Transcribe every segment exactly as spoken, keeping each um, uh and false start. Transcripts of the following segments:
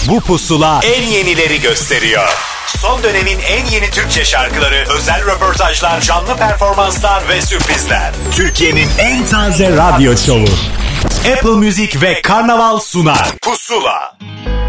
Bu pusula en yenileri gösteriyor. Son dönemin en yeni Türkçe şarkıları, özel röportajlar, canlı performanslar ve sürprizler. Türkiye'nin en taze radyo şovu. Apple Music ve Karnaval sunar. Pusula.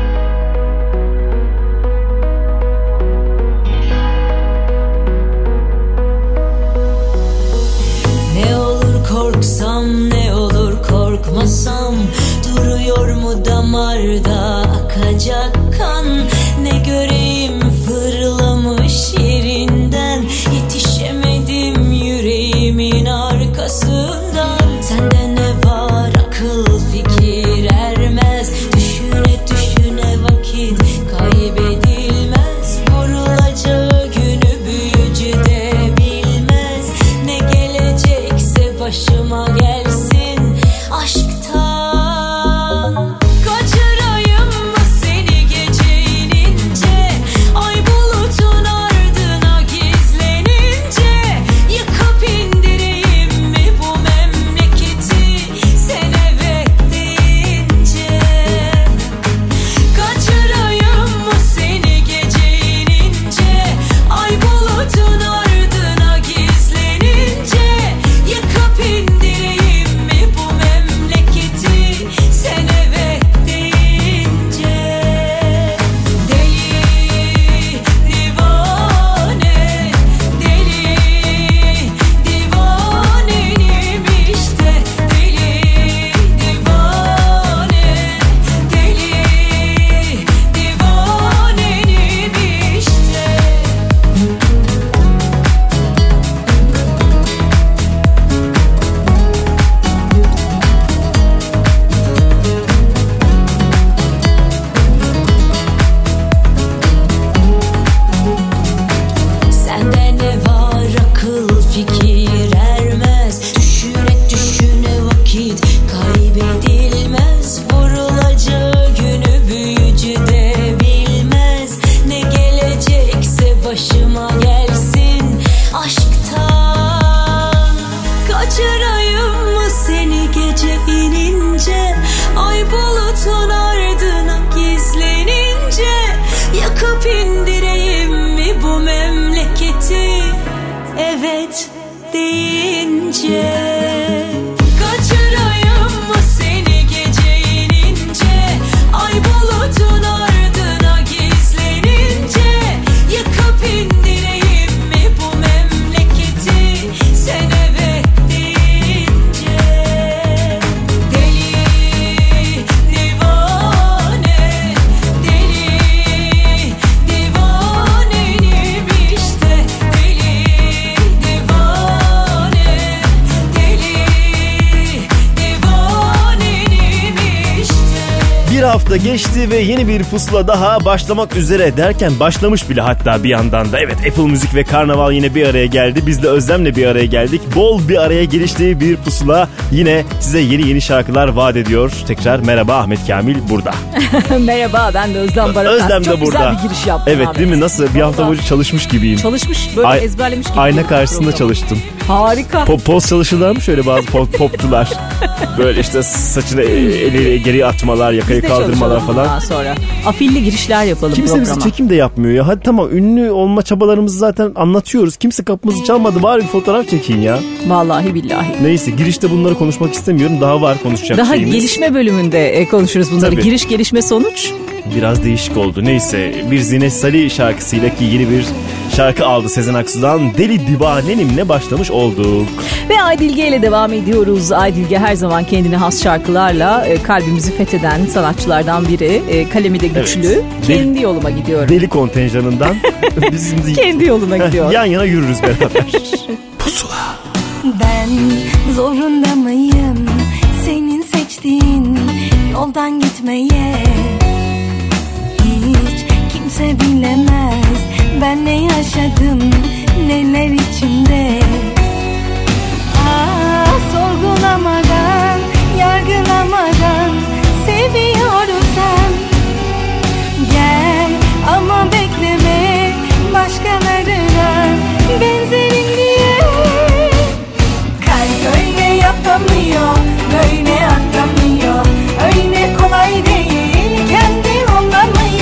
Ne olur korksam, ne olur korkmasam, duruyor mu damarda akacak kan? Ne göreyim fırlamış yerinden, yetişemedim yüreğimin arkasından. Sende ne var akıl fikir ermez, düşüne düşüne vakit kaybedilmez. Vurulacağı günü büyücü de bilmez, ne gelecekse başıma gelsin aşktan. Kaçırayım mı seni gece inince, ay bulutun ardına gizlenince, yıkıp indireyim mi bu memleketi sen evet deyince. Kaçırayım mı seni gece inince, ay bulutun ardına gizlenince, yıkıp indireyim mi bu memleketi sen evet deyince. Deli divane, deli divanenim işte, deli divane, deli divanenim işte. Sende ne var akıl fikir ermez, düşüne düşüne vakit kaybedilmez. Vurulacağı günü büyücü de bilmez, ne gelecekse başıma gelsin aşktan. Kaçırayım mı seni gece inince, ay bulutun ardına gizlenince, yakıp indireyim mi bu memleketi evet deyince. Kaçırayım mı seni gece inince, ay bulutun ardına gizlenince, yıkıp indireyim mi bu memleketi sen evet deyince. Deli divane, deli divanenim işte, deli divane, deli divanenim işte. Bir hafta geçti ve yeni bir pusula daha başlamak üzere derken başlamış bile hatta bir yandan da. Evet, Apple Music ve Karnaval yine bir araya geldi. Biz de Özlem'le bir araya geldik. Bol bir araya geliştiği bir pusula yine size yeni yeni şarkılar vaat ediyor. Tekrar merhaba, Ahmet Kamil burada. Merhaba, ben de Özlem Barak. Özlem de Çok burada. güzel bir giriş yaptın. Evet Ahmet. değil mi? Nasıl? Bir hafta Vallahi. boyunca çalışmış gibiyim. Çalışmış, böyle Ay- ezberlemiş gibi. Ayna karşısında Program. çalıştım. Harika. Po- poz çalışırlar mı şöyle, bazı pop, popçular? Böyle işte saçını eli geri atmalar, yakayı Biz de kaldırmalar çalışalım falan. bundan sonra. Afilli girişler yapalım Kimse programa. bizi çekim de yapmıyor ya. Hadi tamam, ünlü olma çabalarımızı zaten anlatıyoruz. Kimse kapımızı çalmadı. Bari bir fotoğraf çekin ya. Vallahi billahi. Neyse, girişte bunları konuşmak istemiyorum. Daha var konuşacak Daha şeyimiz. gelişme bölümünde e, konuşuruz bunları. Tabii. Giriş, gelişme, sonuç. Biraz değişik oldu. Neyse, bir Zine Salih şarkısıyla ki yeni bir şarkı aldı Sezen Aksu'dan. Deli Divanenim'le başlamış olduk. Ve Aydilge ile devam ediyoruz. Aydilge her zaman kendine has şarkılarla e, kalbimizi fetheden sanatçılardan biri. E, kalemi de güçlü. Evet. Kendi Deli- yoluma gidiyorum. Deli kontenjanından bizim Kendi yoluna gidiyor. yan yana yürürüz beraber. Pusula. Ben zorunda mıyım senin seçtiğin yoldan gitmeye? Hiç kimse bilemez ben ne yaşadım, neler içimde. Ah, sorgulamadan, yargılamadan seviyorsan gel, ama bekleme başkalarına benzerin diye. Kalp öyle yapamıyor, böyle atamıyor, öyle kolay değil kendi olamıyor.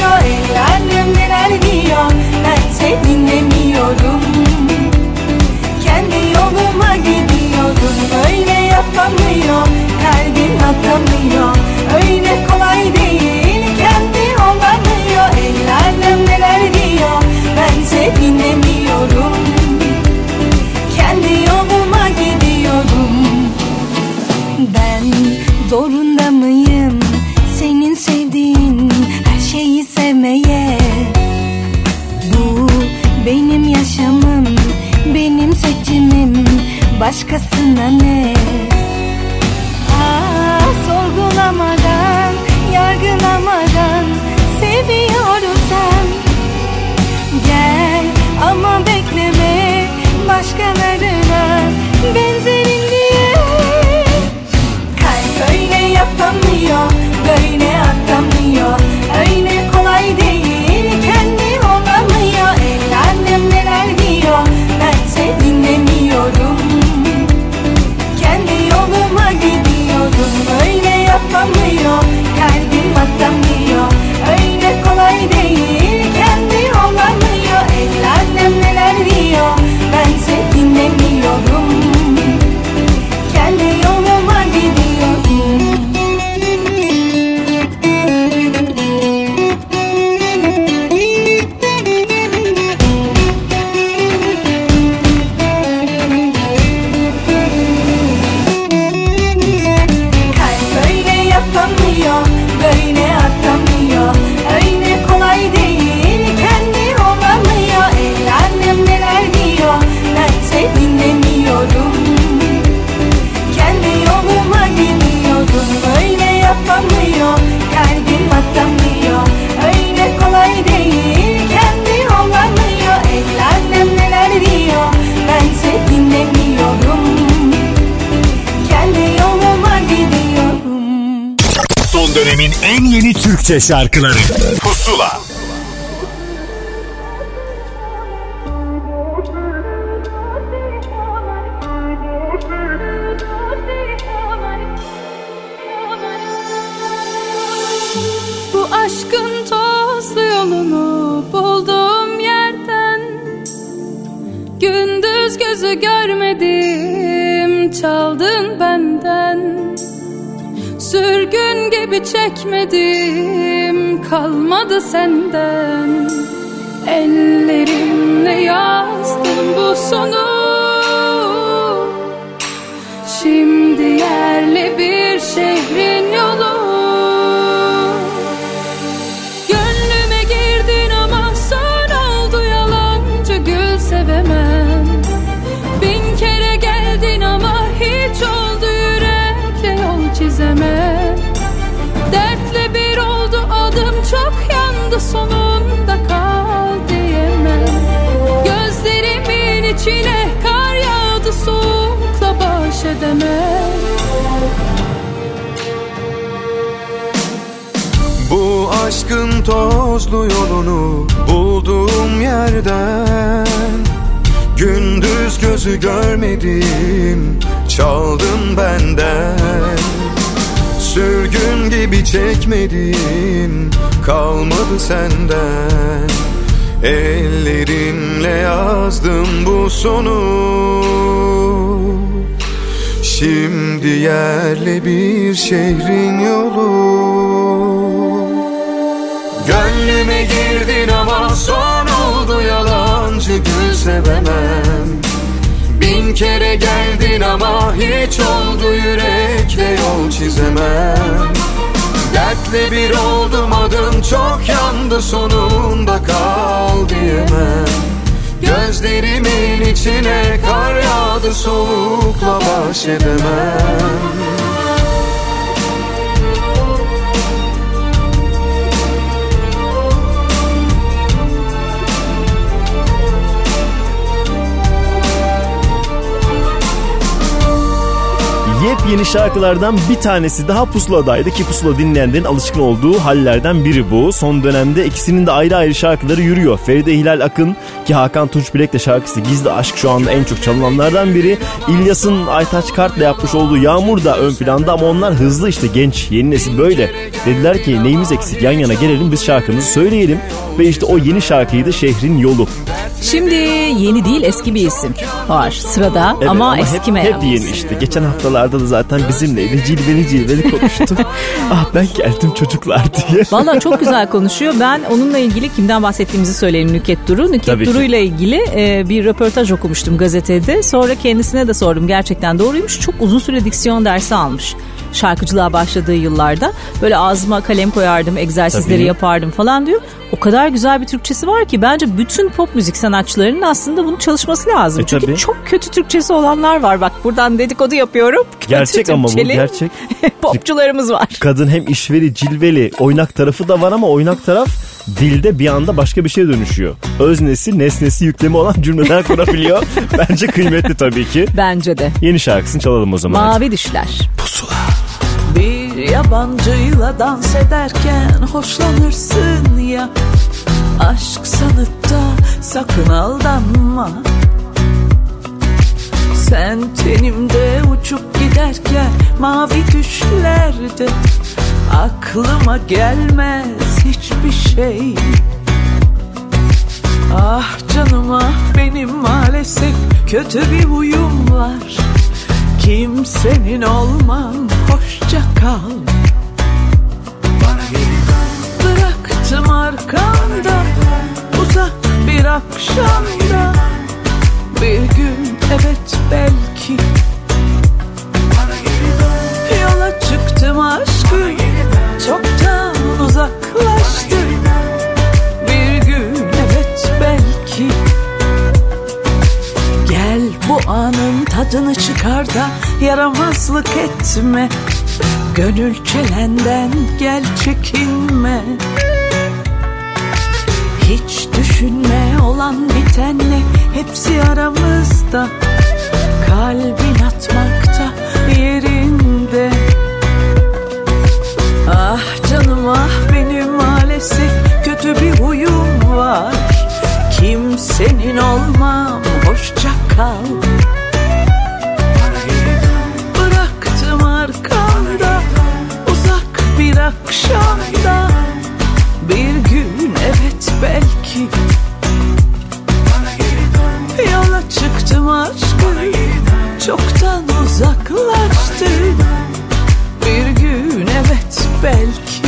sevmeye. Bu benim yaşamım, benim seçimim, başkasına ne? Aa, sorgulamadan, yargılamadan seviyorsan gel ama bekleme başkalarına benzerim diye. Kalp öyle yapamıyor, böyle atamıyor, öyle kolay değil, kendi olamıyor. El annem neler diyor, bense dinlemiyorum, kendi yoluma gidiyorum. Öyle yapamıyor, kalbim atamıyor, öyle kolay değil, kendi olamıyor. El annem neler diyor, bense dinlemiyorum, kendi yoluma gidiyorum. Kalp öyle yapamıyor, böyle atamıyor, öyle kolay değil, kendi olamıyor. El annem neler diyor, bense dinlemiyorum, kendi yoluma gidiyorum. Öyle yapamıyor, kalbim atamıyor, öyle kolay değil, kendi olamıyor. El annem neler diyor, bense dinlemiyorum, kendi yoluma gidiyorum. Son dönemin en yeni Türkçe şarkıları Pusula. Bu aşkın tozlu yolunu bulduğum yerden, gündüz gözü görmedim, çaldın benden. Sürgün gibi çekmedim, kalmadı senden. Ellerimle yazdım bu sonu, şimdi yerli bir şehrin yolu. Gönlüme girdin ama son oldu, yalancı gül sevemem. Bin kere geldin ama hiç oldu, yürekle yol çizemem. Dertle bir oldu adım, çok yandı, sonunda kal diyemem. Gözlerimin içine kar yağdı, soğukla baş edemem. Bu aşkın tozlu yolunu bulduğum yerden, gündüz gözü görmedim, çaldın benden. Sürgün gibi çekmedim, kalmadı senden. Ellerimle yazdım bu sonu, şimdi yerli bir şehrin yolu. Gönlüme girdin ama son oldu, yalancı gül sevemem. Bin kere geldin ama hiç oldu, yürekle yol çizemem. Dertle bir oldum adım, çok yandı, sonunda kal diyemem. Gözlerimin içine kar yağdı, soğukla baş edemem. Yepyeni şarkılardan bir tanesi daha Pusula'daydı ki Pusula dinleyenlerin alışkın olduğu hallerden biri bu. Son dönemde ikisinin de ayrı ayrı şarkıları yürüyor. Feride Hilal Akın ki Hakan Tunç Bilek'le şarkısı Gizli Aşk şu anda en çok çalınanlardan biri. İlyas'ın Aytaç Kart'la yapmış olduğu Yağmur da ön planda ama onlar hızlı, işte genç, yeni nesil böyle. Dediler ki neyimiz eksik, yan yana gelelim biz şarkımızı söyleyelim ve işte o yeni şarkıydı Şehrin Yolu. Şimdi yeni değil, eski bir isim var sırada, Evet, ama, ama eskimeyen. Hep, hep yeni işte. Geçen haftalarda da zaten bizimleydi. Cilveli cilveli konuştu. Ah ben geldim çocuklar diye. Valla çok güzel konuşuyor. Ben onunla ilgili kimden bahsettiğimizi söyleyeyim. Nükhet Duru. Nükhet Tabii Duru ki. ile ilgili e, bir röportaj okumuştum gazetede. Sonra kendisine de sordum. Gerçekten doğruymuş. Çok uzun süre diksiyon dersi almış. şarkıcılığa başladığı yıllarda. Böyle ağzıma kalem koyardım, egzersizleri Tabii. yapardım falan diyor. O kadar güzel bir Türkçesi var ki bence bütün pop müzik sanatçılarının aslında bunu çalışması lazım. E, Çünkü tabii. çok kötü Türkçesi olanlar var. Bak buradan dedikodu yapıyorum. Kötü Gerçek ama bu Türkçeli gerçek. popçularımız var. Kadın hem işveli, cilveli, oynak tarafı da var ama oynak taraf dilde bir anda başka bir şeye dönüşüyor. Öznesi, nesnesi, yüklemi olan cümleler kurabiliyor. Bence kıymetli tabii ki. Bence de. Yeni şarkısını çalalım o zaman. Mavi Düşler. Pusula. Bir yabancıyla dans ederken hoşlanırsın ya. Aşk sanıpta sakın aldanma. Sen tenimde uçup giderken mavi düşlerde aklıma gelmez hiçbir şey. Ah canım ah benim maalesef kötü bir huyum var. Kimsenin olmam, hoşça kal. Bıraktım arkamda uzak bir akşamda. Bir gün evet belki yola çıktım aşkım, çoktan uzaklaştı. Bir gün evet belki gel bu anın tadını çıkar da yaramazlık etme. Gönül çelenden gel çekinme. Hiç düşünme olan bitenle hepsi aramızda. Kalbin atmakta yerinde. Ah canım ah benim maalesef kötü bir huyum var. Kimsenin olmam, hoşça kal. Bıraktım arkamda uzak bir akşamda. Bir gün evet belki yola çıktım aşkım, çoktan uzaklaştı. Bir gün evet belki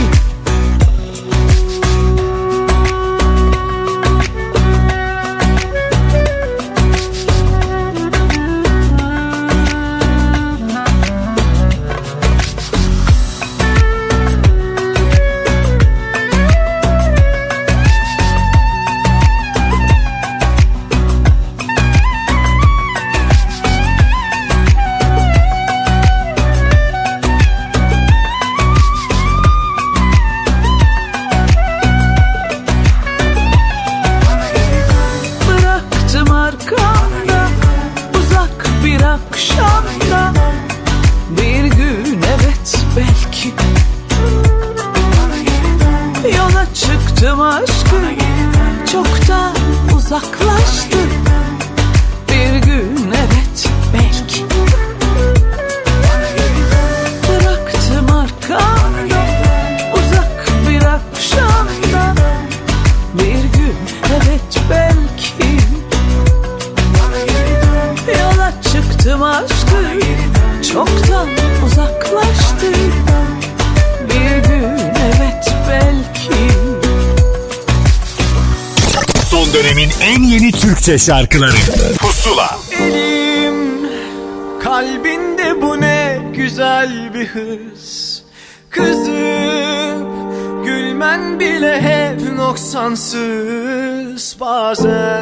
Türkçe şarkıları Pusula. Elim kalbinde bu ne güzel bir hız. Kızım gülmen bile hep noksansız. Bazen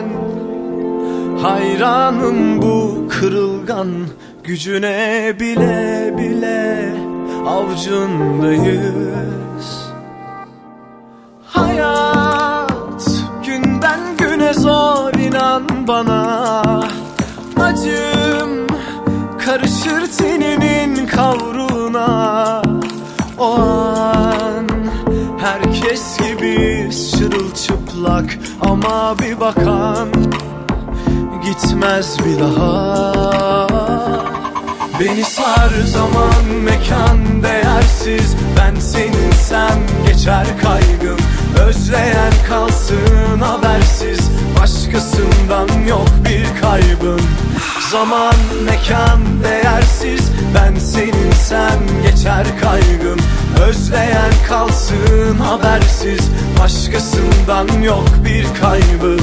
hayranım bu kırılgan gücüne, bile bile avcundayız. Hayat günden güne zor, inan bana. Acım karışır teninin kavruna. O an herkes gibi çırılçıplak, ama bir bakan gitmez bir daha. Beni sar zaman mekan değersiz. Ben seninsem geçer kaygım. Özleyen kalsın habersiz. Başkasından yok bir kaybım. Zaman mekan değersiz. Ben seninsem geçer kaygım. Özleyen kalsın habersiz. Başkasından yok bir kaybım.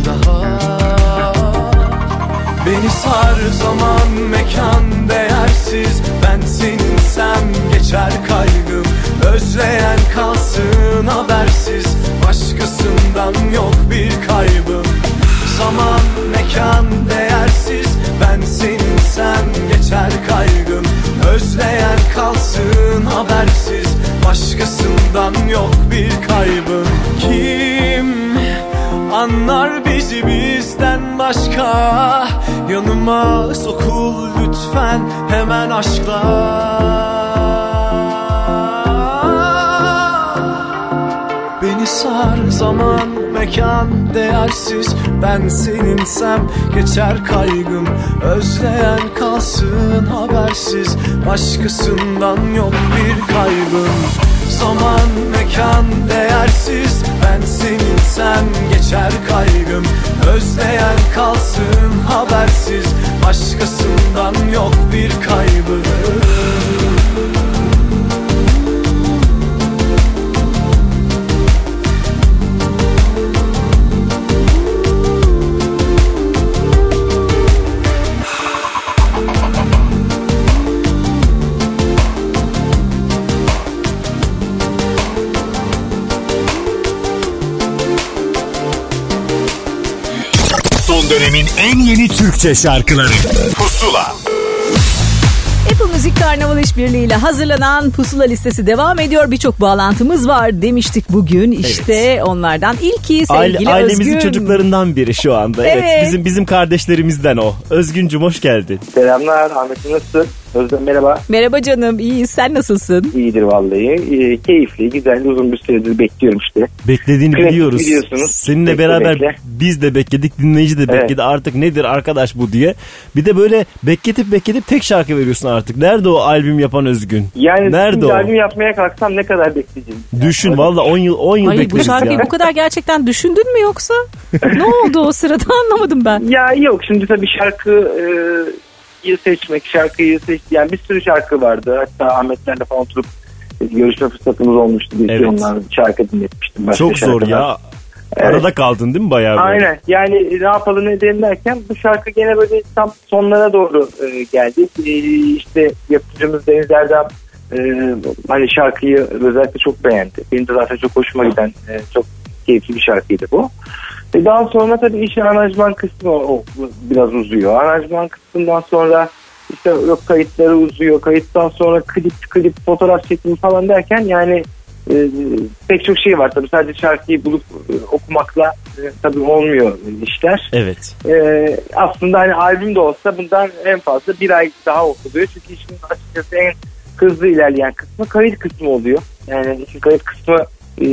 daha. Beni sar zaman mekan değersiz, ben seninsem geçer kaygım. Özleyen kalsın habersiz, başkasından yok bir kaybım. Zaman mekan değersiz, ben seninsem geçer kaygım. Özleyen kalsın habersiz, başkasından yok bir kaybım. Kim anlar bizi bizden başka? Yanıma sokul lütfen hemen aşkla. Beni sar zaman mekan değersiz, ben seninsem geçer kaygım. Özleyen kalsın habersiz, başkasından yok bir kaybım. Zaman mekan değersiz, ben seninsem geçer kaygım. Özleyen kalsın habersiz, başkasından yok bir kaybım. Dönemin en yeni Türkçe şarkıları Pusula. Apple Müzik Karnaval İşbirliği'yle hazırlanan Pusula listesi devam ediyor. Birçok bağlantımız var demiştik bugün. İşte evet. Onlardan ilki sevgili Aile, Özgün. Ailemizin çocuklarından biri şu anda. Evet. evet bizim bizim kardeşlerimizden o. Özgüncüm hoş geldin. Selamlar Ahmet'im, nasılsın? Özlem merhaba. Merhaba canım, iyiyiz. Sen nasılsın? İyidir vallahi. E, keyifli, güzel, uzun bir süredir bekliyorum işte. Beklediğini Klasik biliyoruz. Biliyorsunuz. Seninle bekle, beraber bekle. Biz de bekledik, dinleyici de bekledi. Evet. Artık nedir arkadaş bu diye. Bir de böyle bekletip bekletip tek şarkı veriyorsun artık. Nerede o albüm yapan Özgün? Yani nerede o? albüm yapmaya kalksam ne kadar bekleyeceğim? Düşün yani, valla on yıl on yıl Hayır, bekleriz bu şarkıyı ya. bu kadar gerçekten düşündün mü yoksa? Ne oldu o sırada, anlamadım ben. Ya yok, şimdi tabii şarkı e, seçmek, şarkıyı seç, yani bir sürü şarkı vardı. Hatta Ahmetlerle falan oturup görüşme fırsatımız olmuştu. Bir evet. Onlarla şarkı dinletmiştim. Başka çok zor şarkılar. ya. Evet. Arada kaldın değil mi bayağı? Böyle? Aynen. Yani ne yapalım ne edelim derken bu şarkı gene böyle tam sonlara doğru e, geldi. E, işte yapıcımız Deniz Erdem e, hani şarkıyı özellikle çok beğendi. Benim de zaten çok hoşuma giden e, çok keyifli bir şarkıydı bu. E, daha sonra tabii işin aranjman kısmı o, o, biraz uzuyor. Aranjman kısmından sonra işte yok kayıtları uzuyor. Kayıttan sonra klip klip fotoğraf çekimi falan derken yani e, pek çok şey var. Tabii sadece şarkıyı bulup e, okumakla e, tabii olmuyor işler. Evet. E, aslında hani albüm de olsa bundan en fazla bir ay daha oluyor. Çünkü işin açıkçası en hızlı ilerleyen kısmı kayıt kısmı oluyor. Yani işin kayıt kısmı e,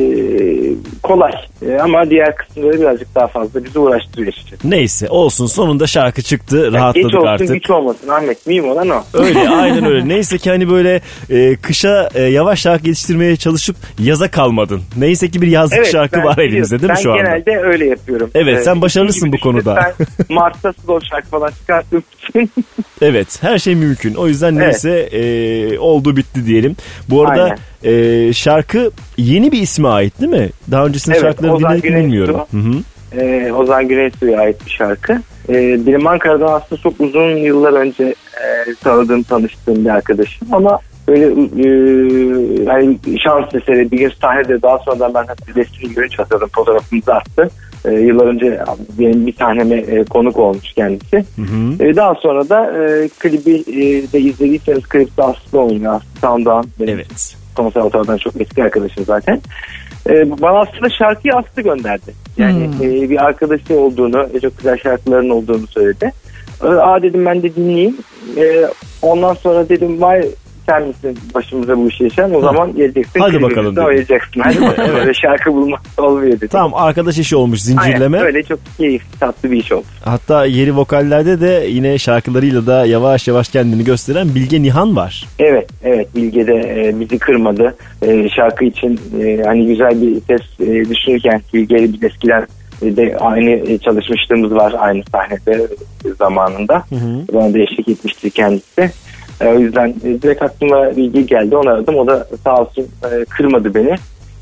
kolay e, ama diğer kısımları birazcık daha fazla bizi uğraştırıyor işte. Neyse olsun, sonunda şarkı çıktı, rahatladık geç olsun, artık. Geç olmasın Ahmet, miyim olan o. Öyle aynen öyle. Neyse ki hani böyle e, kışa e, yavaş şarkı yetiştirmeye çalışıp yaza kalmadın. Neyse ki bir yazlık evet, şarkı var elimizde değil mi şu anda? Ben genelde öyle yapıyorum. Evet, sen başarılısın bu konuda. Ben Mart'ta slow şarkı falan çıkarttığım için. Evet, her şey mümkün. O yüzden neyse evet. e, oldu bitti diyelim. Bu arada e, şarkı yeni bir isme ait değil mi? Daha öncesinde evet, şarkıları dinledik bilmiyorum. Hı hı. Ee, Ozan Güneysu'ya ait bir şarkı. Ee, benim Ankara'dan aslında çok uzun yıllar önce e, tanıdığım, tanıştığım bir arkadaşım ama böyle e, yani şans eseri bir gün sahnede, daha sonradan ben resmini görünce hatırladım, fotoğrafımızı attı. E, yıllar önce benim bir sahneme e, konuk olmuş kendisi. Hı hı. E, daha sonra da e, klibi e, de izlediyseniz klipte Aslı oynuyor. Aslı Sound'dan. Evet. Konservatuvardan çok eski arkadaşım zaten. Ee, bana aslında şarkıyı Aslı gönderdi. Yani hmm. e, bir arkadaşı olduğunu, e, çok güzel şarkıların olduğunu söyledi. E, Aa dedim ben de dinleyeyim. E, ondan sonra dedim vay sen misin başımıza bu işi yaşayan, o ha. zaman geleceksin. Hadi bakalım. Oynayacaksın. Hadi bakalım. Öyle şarkı bulmak olmuyor dedim. Tamam, arkadaş işi olmuş, zincirleme. Aynen, öyle çok keyifli, tatlı bir iş oldu. Hatta yeri vokallerde de yine şarkılarıyla da yavaş yavaş kendini gösteren Bilge Nihan var. Evet, evet. Bilge de e, bizi kırmadı. E, şarkı için e, hani güzel bir ses e, düşünürken Bilge'yle bir eskiden de aynı çalışmışlığımız var aynı sahnede zamanında. Hı hı. Bana da eşlik etmişti kendisi. O yüzden direkt aklıma bilgi geldi, onu aradım. O da sağ olsun kırmadı beni.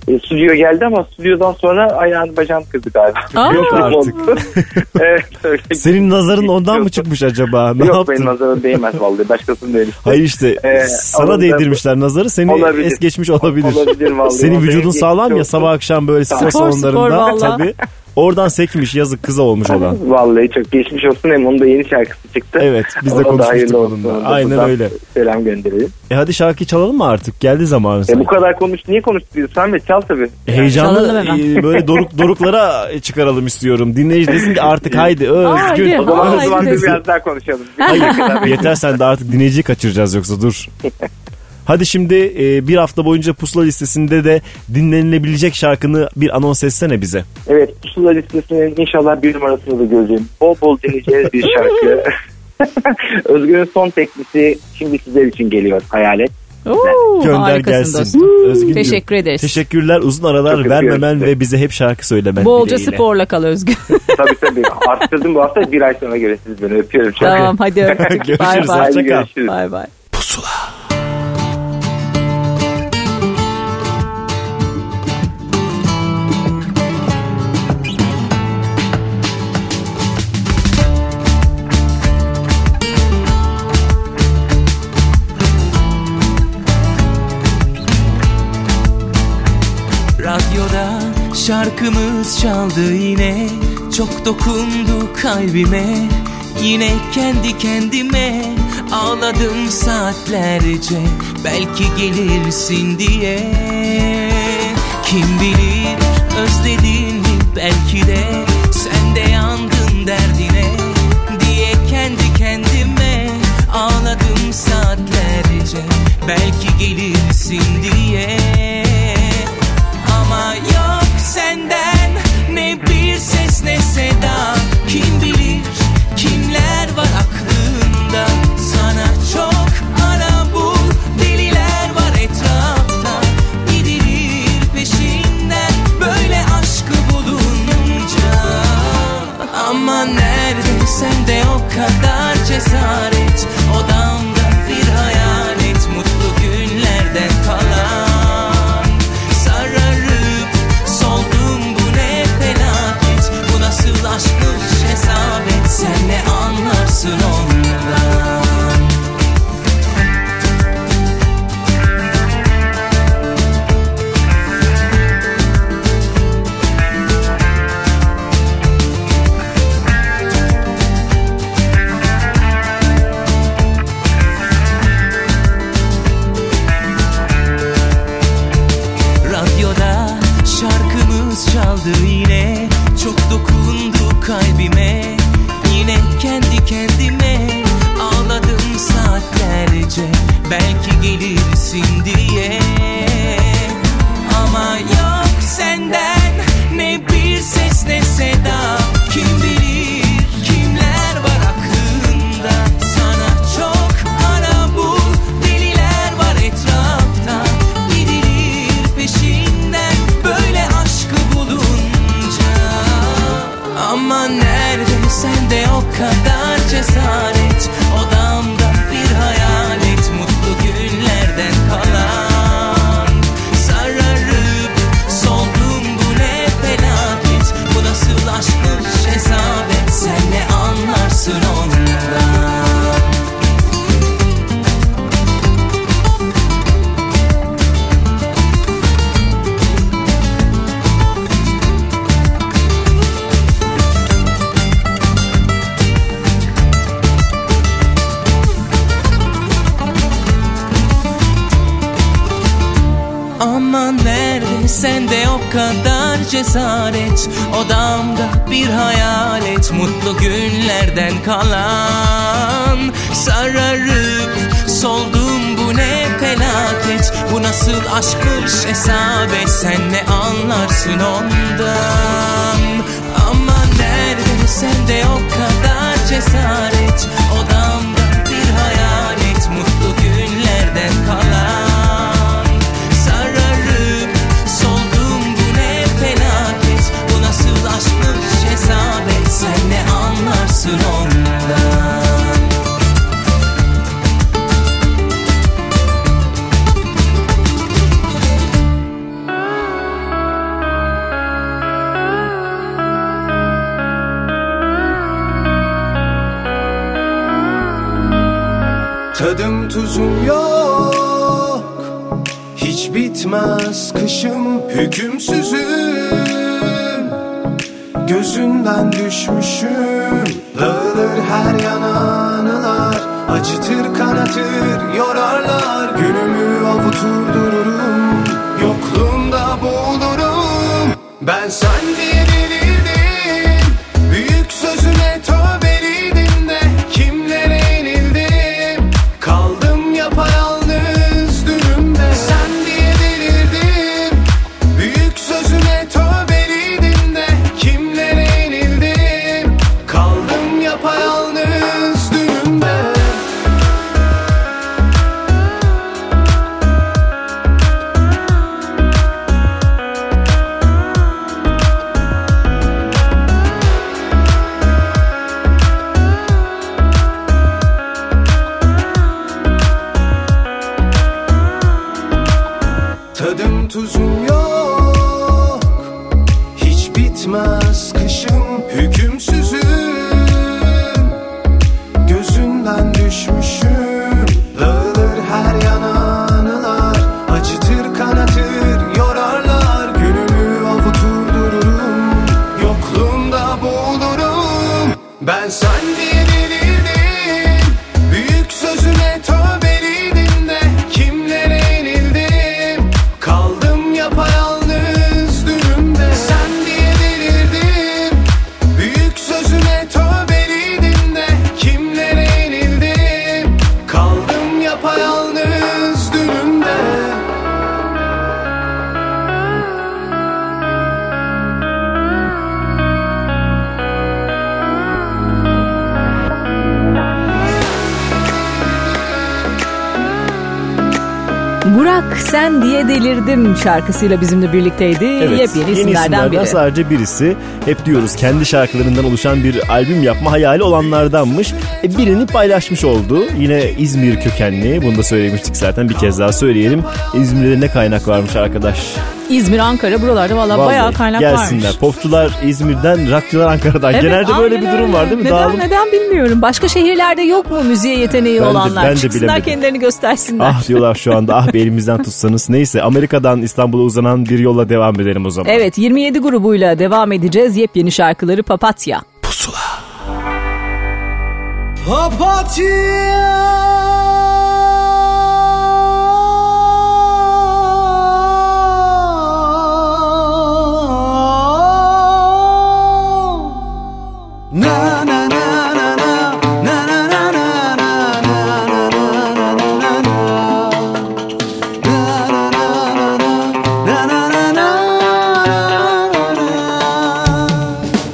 E, stüdyo geldi ama stüdyodan sonra ayağını bacağını kırdı galiba. Aa. Yok artık. Evet, öyle. Senin nazarın ondan mı çıkmış acaba? Ne Yok yaptın? benim nazarım değmez vallahi. Başkasının değil. Hayır işte Ee, sana orada- değdirmişler nazarı. Seni Olabilir. es geçmiş olabilir. Olabilir vallahi. Senin O vücudun benim sağlam ya, geçmiş sabah akşam böyle spor Spor, spor salonlarında valla. tabii. Oradan sekmiş, yazık, kıza olmuş olan. Vallahi çok geçmiş olsun. Hem onun da yeni şarkısı çıktı. Evet, biz de Ona da konuşmuştuk hayırlı olsun. onunla. Ona da Aynen buradan öyle. Selam gönderelim. E hadi şarkıyı çalalım mı artık? Geldi zamanı E, sanki. bu kadar konuş. Niye konuşturuyorsun Ahmet? Çal tabii. E, Heyecanlı Çalalım hemen. e, böyle doruk doruklara çıkaralım istiyorum. Dinleyici desin ki artık haydi Özgün. Haydi. O zaman, o Ay, zaman desin. biraz daha konuşalım. Hayır, yeter, sen de artık dinleyiciyi kaçıracağız yoksa dur. Hadi şimdi e, bir hafta boyunca Pusula listesinde de dinlenilebilecek şarkını bir anons etsene bize. Evet, Pusula listesinin inşallah bir numarasını da göreceğim. Bol bol dinleyeceğiz bir şarkı. Özgür'ün son teklisi şimdi sizler için geliyor. Hayalet. Oo, Gönder harikasın gelsin. dostum. Özgüncüm, Teşekkür ederiz. Teşekkürler, uzun aralar Çok vermemen öpüyorum ve bize hep şarkı söylemen Bolca dileğiyle. sporla kal Özgür. Tabii tabii. Arttırdım bu hafta, bir ay sonra görürsünüz beni. Öpüyorum çok. Tamam hadi öptük. Görüşürüz, Bay bay. hoşça kal. Görüşürüz. Bay bay. Pusula. Radyoda şarkımız çaldı yine, çok dokundu kalbime. Yine kendi kendime ağladım saatlerce, belki gelirsin diye. Kim bilir özledin mi, belki de sen de yandın derdine diye kendi kendime ağladım saatlerce, belki gelirsin diye. Ama yok senden ne bir ses ne seda, kim bilir kimler var aklında. Sana çok ara bul, deliler var etrafta, gidilir peşinden böyle aşkı bulunca. Ama nerede sende o kadar cesaret, odamda bir hayalet, mutlu günlerden kalan. Aşkmış hesap et, sen ne anlarsın ondan. Radyoda şarkımız çaldı yine, çok dokundu kalbime. Yine kendi kendime ağladım saatlerce, belki gelirsin diye. Ama yok senden ne bir ses ne seda, kim bilir kimler var aklında. Sana çok ara bul, deliler var etrafta, gidilir peşinden böyle aşkı bulunca. Ama nerede sende o kadar cesaret, odamda bir hayalet, mutlu günlerden kalan. Sararıp soldum, bu ne felaket, bu nasıl aşkmış hesap et, sen ne anlarsın ondan. Ama nerede sende o kadar cesaret, odamda bir hayalet, mutlu günlerden kalan. Sararıp soldum, bu ne felaket, bu nasıl aşkmış hesap et, sen ne anlarsın ondan. Ama nerede sende o kadar cesaret, odamda bir hayalet, mutlu günlerden kalan. Aşkmış hesap et, sen ne anlarsın ondan. Tadım tuzum yok, hiç bitmez kışım, hükümsüzüm. Gözünden düşmüşüm, dağılır her yana anılar. Acıtır kanatır yorarlar, günümü avutur dururum. Yokluğunda boğulurum, ben sen diye delirdim. Büyük sözüne tövbeliydim de kimlere yenildim. Kaldım yapayalnız dünümde, sen diye delirdim. Büyük sözüne tövbeliydim de kimlere yenildim. Kaldım yapayalnız dünümde. Tadım tuzum yok, hiç bitmez kışım, hükümsüzüm. Gözünden düşmüşüm, dağılır her yana anılar. Acıtır kanatır yorarlar, günümü avutur dururum. Yokluğunda boğulurum, ben sen diye delirdim. Büyük sözüne tövbeliydim de kimlere yenildim. Kaldım yapayalnız dünümde, sen diye delirdim. Büyük sözüne tövbeliydim de kimlere yenildim. Kaldım yapayalnız dünümde. Burak Sen Diye Delirdim şarkısıyla bizimle birlikteydi. Evet, Yepyeni yeni isimlerden isimlerden biri. sadece birisi. Hep diyoruz kendi şarkılarından oluşan bir albüm yapma hayali olanlardanmış. E, birini paylaşmış oldu. Yine İzmir kökenli. Bunu da söylemiştik zaten, bir kez daha söyleyelim. İzmir'de ne kaynak varmış arkadaş. İzmir, Ankara, buralarda valla Vallahi bayağı kaynak gelsinler. varmış. Popçular İzmir'den, rockçılar Ankara'dan. Evet, Genelde böyle bir aynen durum var öyle. değil mi? Neden, Dağılım. neden bilmiyorum. Başka şehirlerde yok mu müziğe yeteneği Ben de- olanlar? ben de Çıksınlar bilemedim. kendilerini göstersinler. Ah diyorlar şu anda, ah bir elimizden tutsanız. Neyse, Amerika'dan İstanbul'a uzanan bir yolla devam edelim o zaman. Evet, yirmi yedi grubuyla devam edeceğiz. Yepyeni şarkıları Papatya. Pusula. Na na na na na na na na na na na na na na.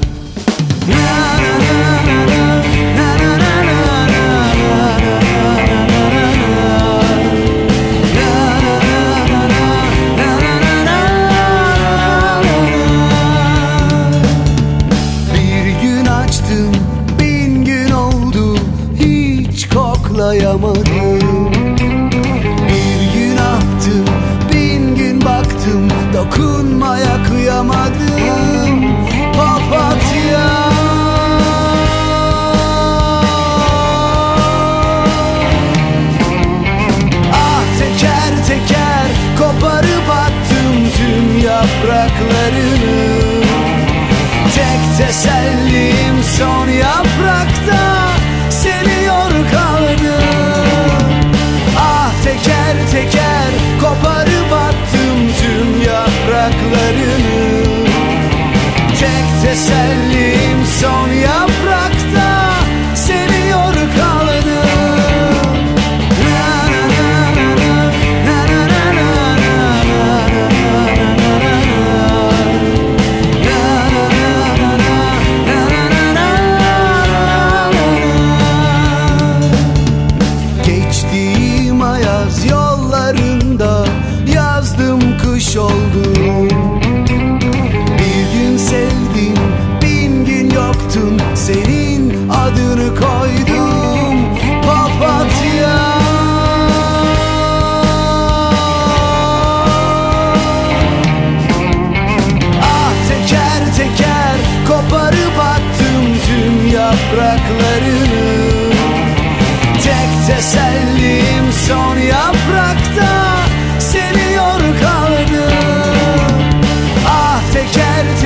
Na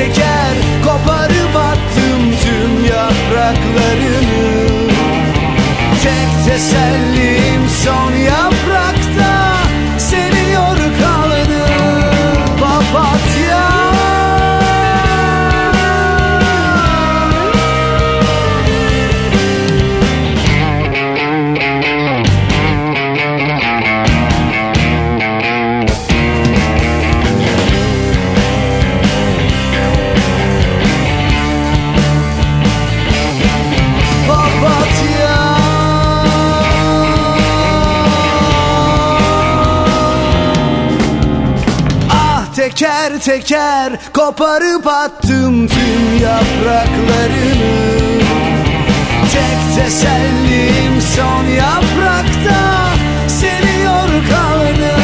teker koparıp attım tüm yapraklarını. Tek tesellim son yaprakta seviyor kaldı papatya. Teker teker koparıp attım tüm yapraklarını. Tek tesellim son yaprakta seviyor kaldı.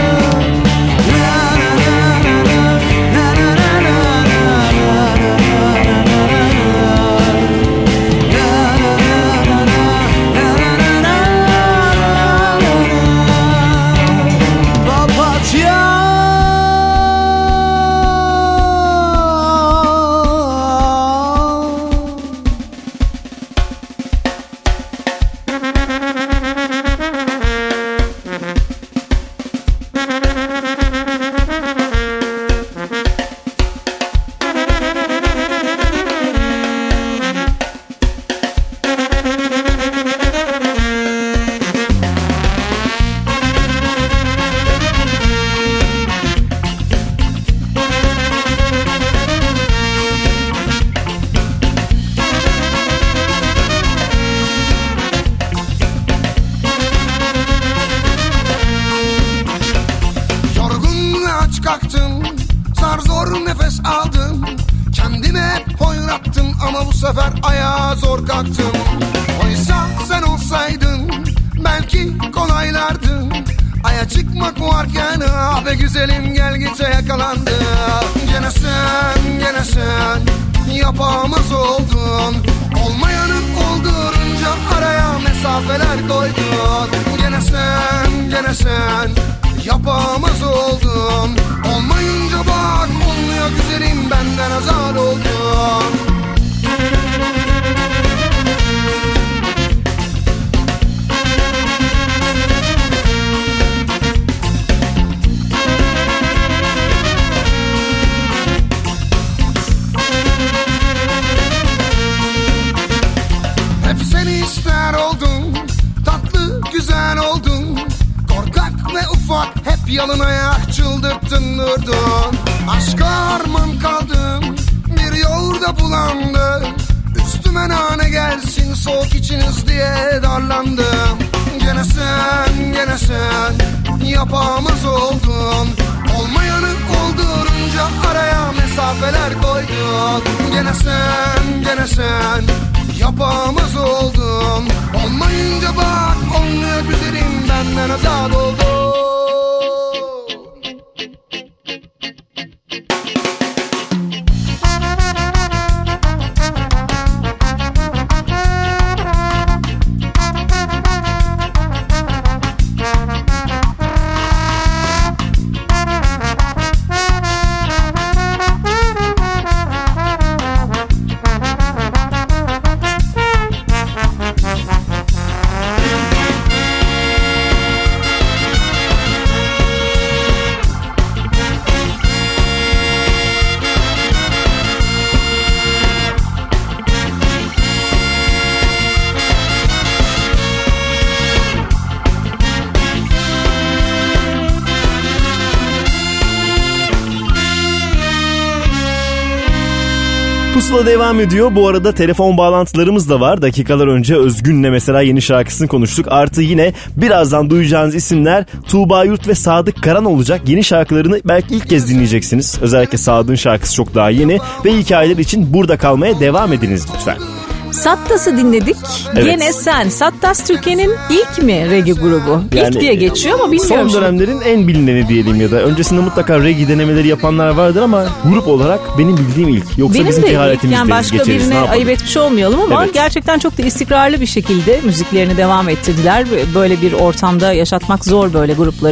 Pusula devam ediyor. Bu arada telefon bağlantılarımız da var. Dakikalar önce Özgün'le mesela yeni şarkısını konuştuk. Artı yine birazdan duyacağınız isimler Tuğba Yurt ve Sadık Karan olacak. Yeni şarkılarını belki ilk kez dinleyeceksiniz. Özellikle Sadık'ın şarkısı çok daha yeni. Ve hikayeler için burada kalmaya devam ediniz lütfen. Sattas'ı dinledik. Evet. Gene sen. Sattas Türkiye'nin ilk mi reggae grubu? Yani, ilk diye geçiyor ama bilmiyorum. Son dönemlerin en bilineni diyelim ya da öncesinde mutlaka reggae denemeleri yapanlar vardır ama grup olarak benim bildiğim ilk. Yoksa benim bizim cehaletimizdeyiz, yani başka geçeriz. birine ayıp etmiş olmayalım ama evet, gerçekten çok da istikrarlı bir şekilde müziklerini devam ettirdiler. Böyle bir ortamda yaşatmak zor böyle grupları.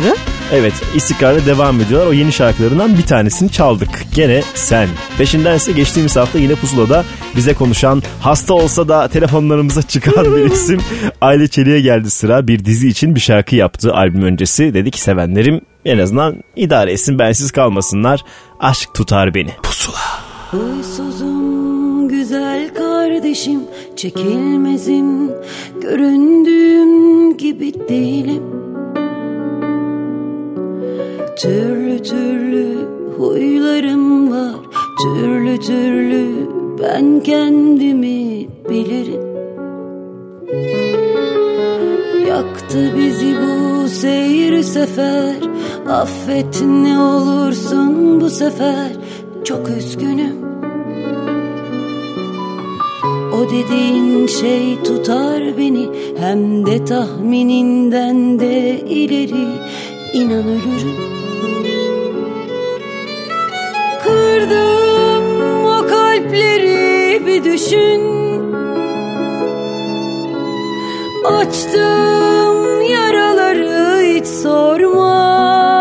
Evet, istikrarla devam ediyorlar. O yeni şarkılarından bir tanesini çaldık. Gene Sen. Peşindense geçtiğimiz hafta yine Pusula'da bize konuşan, hasta olsa da telefonlarımıza çıkan bir isim Aile Çelik'e geldi sıra. Bir dizi için bir şarkı yaptı albüm öncesi. Dedi ki sevenlerim en azından idare etsin, bensiz kalmasınlar. Aşk tutar beni. Pusula. Huysuzum güzel kardeşim, çekilmezim, göründüğüm gibi değilim. Türlü türlü huylarım var, türlü türlü ben kendimi bilirim. Yaktı bizi bu seyir sefer, affet ne olursun bu sefer, çok üzgünüm. O dediğin şey tutar beni, hem de tahmininden de ileri, inan ölürüm. Kırdım o kalpleri bir düşün, açtım yaraları hiç sorma.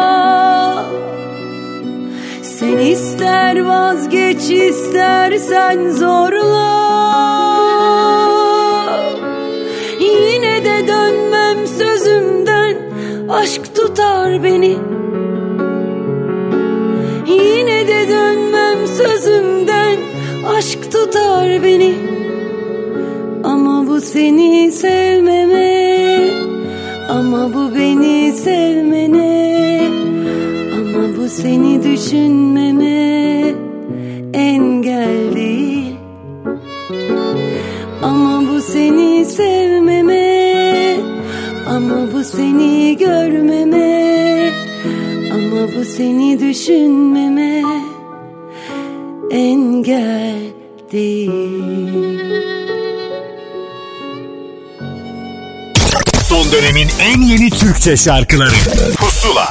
Sen ister vazgeç, istersen zorla, yine de dönmem sözümden, aşk tutar beni. Yine de dönmem sözümden, aşk tutar beni. Ama bu seni sevmeme, ama bu beni sevmene, ama bu seni düşünmeme engel değil. Ama bu seni sevmeme, ama bu seni görmeme, ama bu seni düşünmeme engel değil. Son dönemin en yeni Türkçe şarkıları Pusula.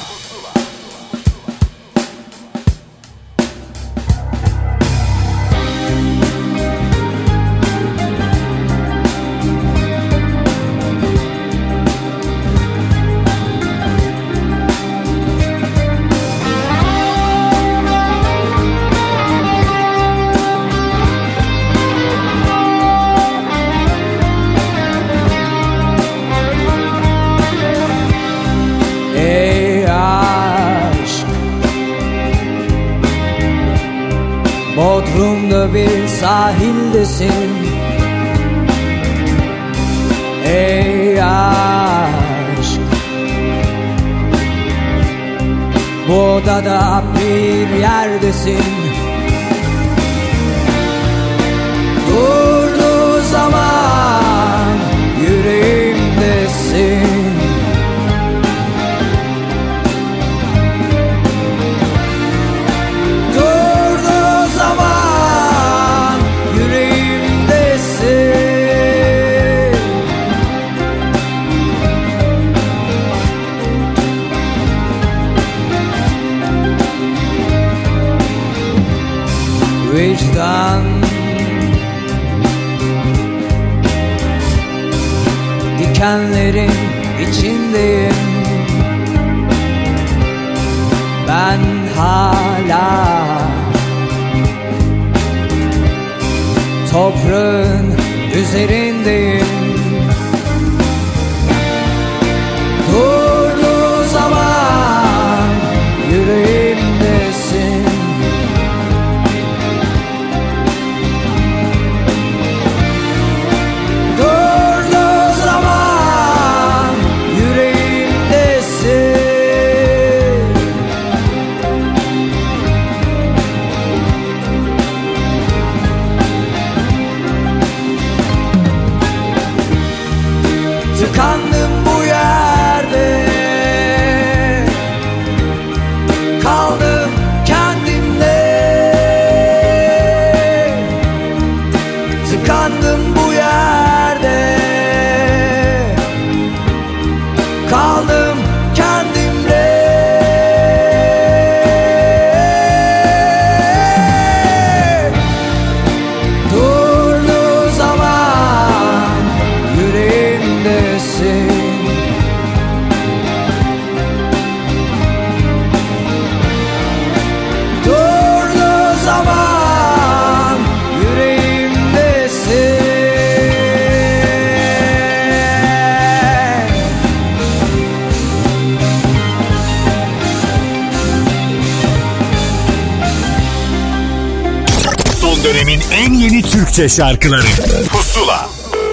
Bodrum'da bir sahildesin, ey aşk. Bu odada bir yerdesin, durduğu zaman yüreğimdesin. Vicdan dikenlerin içindeyim, ben hala toprağın üzerindeyim. Durduğu zaman yüreğimdesin. dönemin en yeni Türkçe şarkıları Pusula.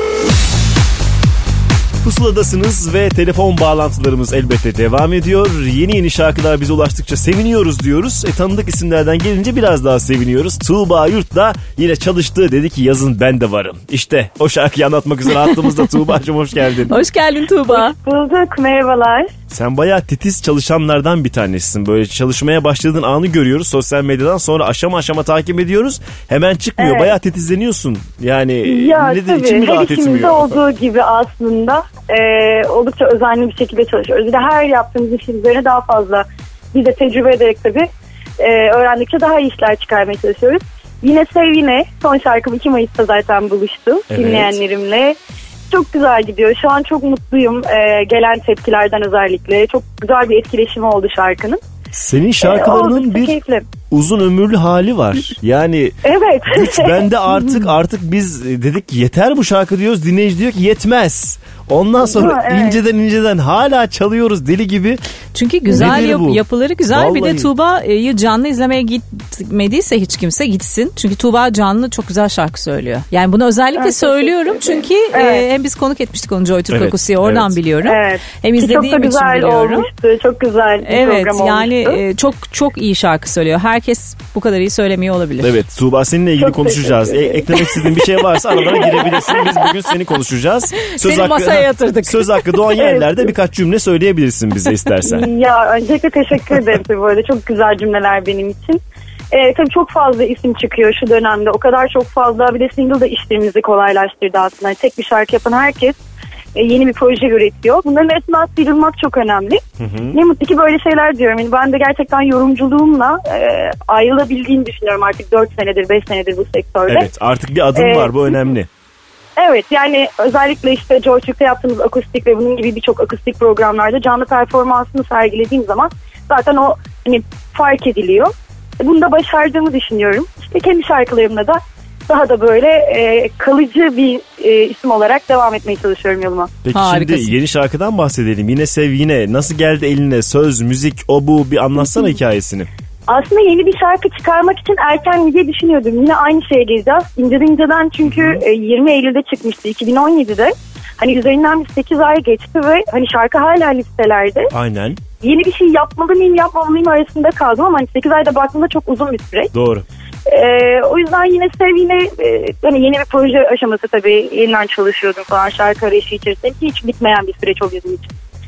Pusuladasınız ve telefon bağlantılarımız elbette devam ediyor. Yeni yeni şarkılar bize ulaştıkça seviniyoruz diyoruz. E, tanıdık isimlerden gelince biraz daha seviniyoruz. Tuğba Yurt da yine çalıştı, dedi ki yazın ben de varım. İşte o şarkıyı anlatmak üzere attığımızda Tuğba'cığım hoş geldin. Hoş geldin Tuğba. Hoş bulduk, merhabalar. Sen bayağı titiz çalışanlardan bir tanesisin. Böyle çalışmaya başladığın anı görüyoruz sosyal medyadan, sonra aşama aşama takip ediyoruz. Hemen çıkmıyor, Evet. bayağı titizleniyorsun. Yani Ya nedir, tabii için mi her rahat ikimizde etmiyor? olduğu gibi aslında e, oldukça özenli bir şekilde çalışıyoruz. Bir de her yaptığımız işin üzerine daha fazla biz de tecrübe ederek tabii e, öğrendikçe daha iyi işler çıkarmaya çalışıyoruz. Yine Sev Yine son şarkım iki Mayıs'ta zaten buluştu Evet. dinleyenlerimle. Çok güzel gidiyor. Şu an çok mutluyum e, gelen tepkilerden özellikle. Çok güzel bir etkileşimi oldu şarkının. Senin E, şarkılarının oldukça bir keyifli. uzun ömürlü hali var. Yani Evet. güç bende artık artık biz dedik ki yeter bu şarkı diyoruz. Dinleyici diyor ki yetmez. Ondan sonra Ha, evet. inceden inceden hala çalıyoruz deli gibi. Çünkü güzel Nedir yap- bu? yapıları güzel. Bir de Vallahi. Tuğba'yı canlı izlemeye gitmediyse hiç kimse gitsin. Çünkü Tuğba canlı çok güzel şarkı söylüyor. Yani bunu özellikle Evet, söylüyorum. teşekkür Çünkü Evet. e, hem biz konuk etmiştik onu Joy Türk Evet, Okusu'ya, oradan evet. biliyorum. Evet. Hem Ki çok da izlediğim için güzel biliyorum. olmuştu. Çok güzel bir Evet program yani olmuştu. e, çok çok iyi şarkı söylüyor. Herkes bu kadar iyi söylemiyor olabilir. Evet Tuğba, seninle ilgili Çok konuşacağız. E, teşekkür ederim. eklemek istediğin bir şey varsa aralara girebilirsin. Biz bugün seni konuşacağız. Seni masaya yatırdık. Söz hakkı doğan yerlerde birkaç cümle söyleyebilirsin bize istersen. Ya öncelikle teşekkür ederim tabii, böyle çok güzel cümleler benim için. Ee, tabii çok fazla isim çıkıyor şu dönemde. O kadar çok fazla, bir de single da işlerimizi kolaylaştırdı aslında. Yani tek bir şarkı yapan herkes e, yeni bir proje üretiyor. Bunların arasından sıyrılmak çok önemli. Hı hı. Ne mutlu ki böyle şeyler diyorum. Yani ben de gerçekten yorumculuğumla e, ayrılabildiğini düşünüyorum artık dört senedir beş senedir bu sektörde. Evet, artık bir adım Ee, var, bu önemli. Evet, yani özellikle işte Joy Türk'te yaptığımız akustik ve bunun gibi birçok akustik programlarda canlı performansını sergilediğim zaman zaten o hani fark ediliyor. Bunu da başardığımı düşünüyorum. İşte kendi şarkılarımda da daha da böyle e, kalıcı bir e, isim olarak devam etmeye çalışıyorum yoluma. Peki Harikasın. şimdi yeni şarkıdan bahsedelim. Yine Sev Yine. Nasıl geldi eline? Söz, müzik, o bu, bir anlatsana hikayesini. Aslında yeni bir şarkı çıkarmak için erken diye düşünüyordum. Yine aynı şeye geleceğiz. İnceden inceden çünkü e, yirmi Eylül'de çıkmıştı iki bin on yedide. Hani üzerinden bir sekiz ay geçti ve hani şarkı hala listelerde. Aynen. Yeni bir şey yapmalı mıyım yapmamalıyım arasında kaldım ama hani sekiz ayda baktığımda çok uzun bir süre. Doğru. Ee, o yüzden yine Sev Yine e, hani yeni bir proje aşaması tabii, yeniden çalışıyordum falan şarkı arayışı içerisinde ki hiç bitmeyen bir süreç o bizim için.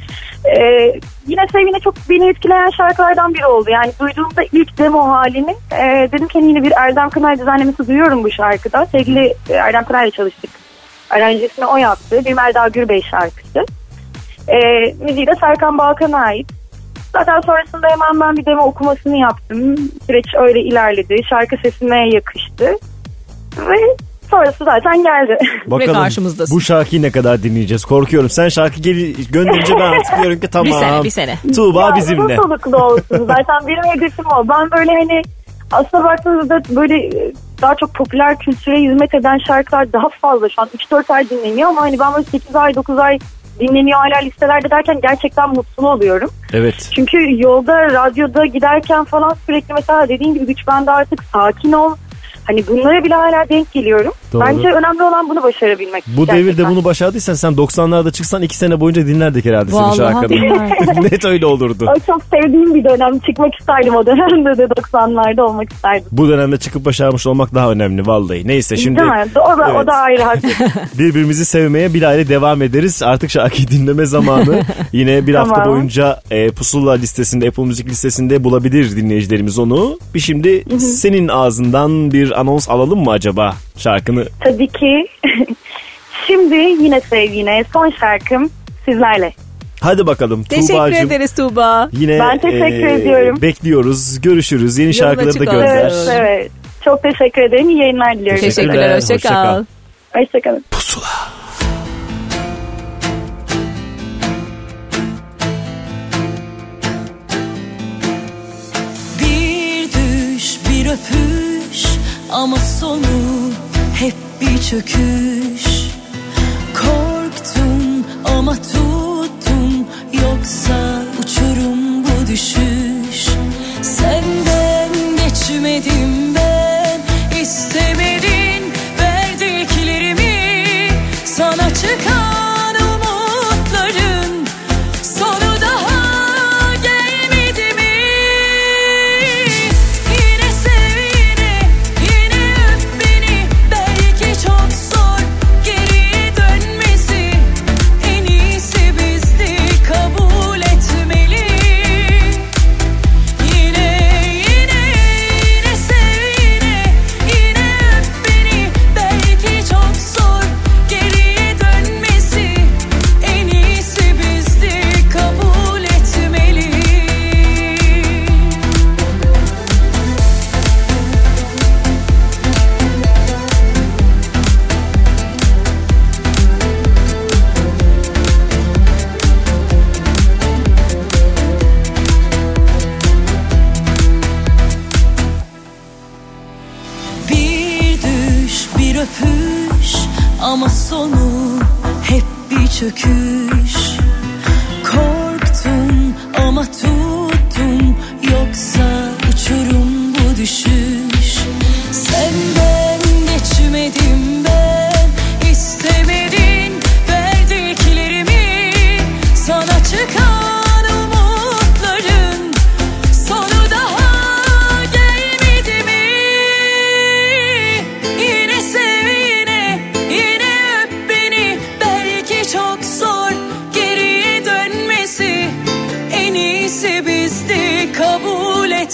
Ee, yine Sev Yine çok beni etkileyen şarkılardan biri oldu. Yani duyduğumda ilk demo halini e, dedim ki yine bir Erdem Kınay düzenlemesi duyuyorum bu şarkıda. Sevgili e, Erdem Kınay'la çalıştık. Aranjesini o yaptı. Bir Melda Gürbey şarkısı. E, müziği de Serkan Balkan'a ait. Zaten sonrasında hemen ben bir demo okumasını yaptım. Süreç öyle ilerledi. Şarkı sesime yakıştı. Ve sonrası zaten geldi. Bakalım karşımızdasın. bu şarkıyı ne kadar dinleyeceğiz. Korkuyorum. Sen şarkı gel- gönderince ben artık diyorum ki tamam. Bir sene bir sene. Tuğba Ya, bizimle. uzun soluklu olsun. Zaten benim hedefim o. Ben böyle hani aslında baktığınızda böyle e, daha çok popüler kültüre hizmet eden şarkılar daha fazla şu an üç dört ay dinleniyor ama hani ben böyle sekiz ay dokuz ay dinleniyor hala listelerde derken gerçekten mutlu oluyorum. Evet. Çünkü yolda, radyoda giderken falan sürekli mesela dediğin gibi güç bende artık sakin ol. Hani bunlara bile hala denk geliyorum. Doğru. Bence önemli olan bunu başarabilmek. Bu gerçekten. devirde bunu başardıysan sen doksanlarda çıksan iki sene boyunca dinlerdik herhalde senin Vallahi şarkını. dinlerdik. Net öyle olurdu. O çok sevdiğim bir dönem. Çıkmak isterdim o dönemde de doksanlarda olmak isterdim. Bu dönemde çıkıp başarmış olmak daha önemli vallahi. Neyse şimdi Değil mi? O da, Evet. o da ayrı haklı. birbirimizi sevmeye bilahare devam ederiz. Artık şarkıyı dinleme zamanı. Yine bir hafta Tamam. boyunca e, Pusula listesinde, Apple Müzik listesinde bulabilir dinleyicilerimiz onu. Bir şimdi senin ağzından bir anons alalım mı acaba şarkını? Tabii ki. Şimdi yine Sev Yine son şarkım sizlerle. Hadi bakalım Teşekkür Tuğba'cığım. ederiz Tuğba. Yine Ben teşekkür ediyorum. bekliyoruz. Görüşürüz. Yeni Yolun şarkıları da açık gönder. olsun. Evet, evet. Çok teşekkür ederim. İyi yayınlar diliyorum. Teşekkürler. Teşekkürler. Hoşça Hoşça kal. kal. Hoşçakalın. Pusula. Bir düş bir öpüş ama sonu hep bir çöküş. Korktum ama tuttum, yoksa uçurum bu düşüş. Senden geçmedim ben, istemedim bir öpüş ama sonu hep bir çöküş. Korktum ama tuttum, yoksa uçurum bu düşüş. Senden geçmedim ben, istemedin verdiklerimi. Sana çıkan umutların sonu daha gelmedi mi? Yine sev yine, yine öp beni. Belki çok zor geriye dönmesi. En iyisi bizdi, kabul et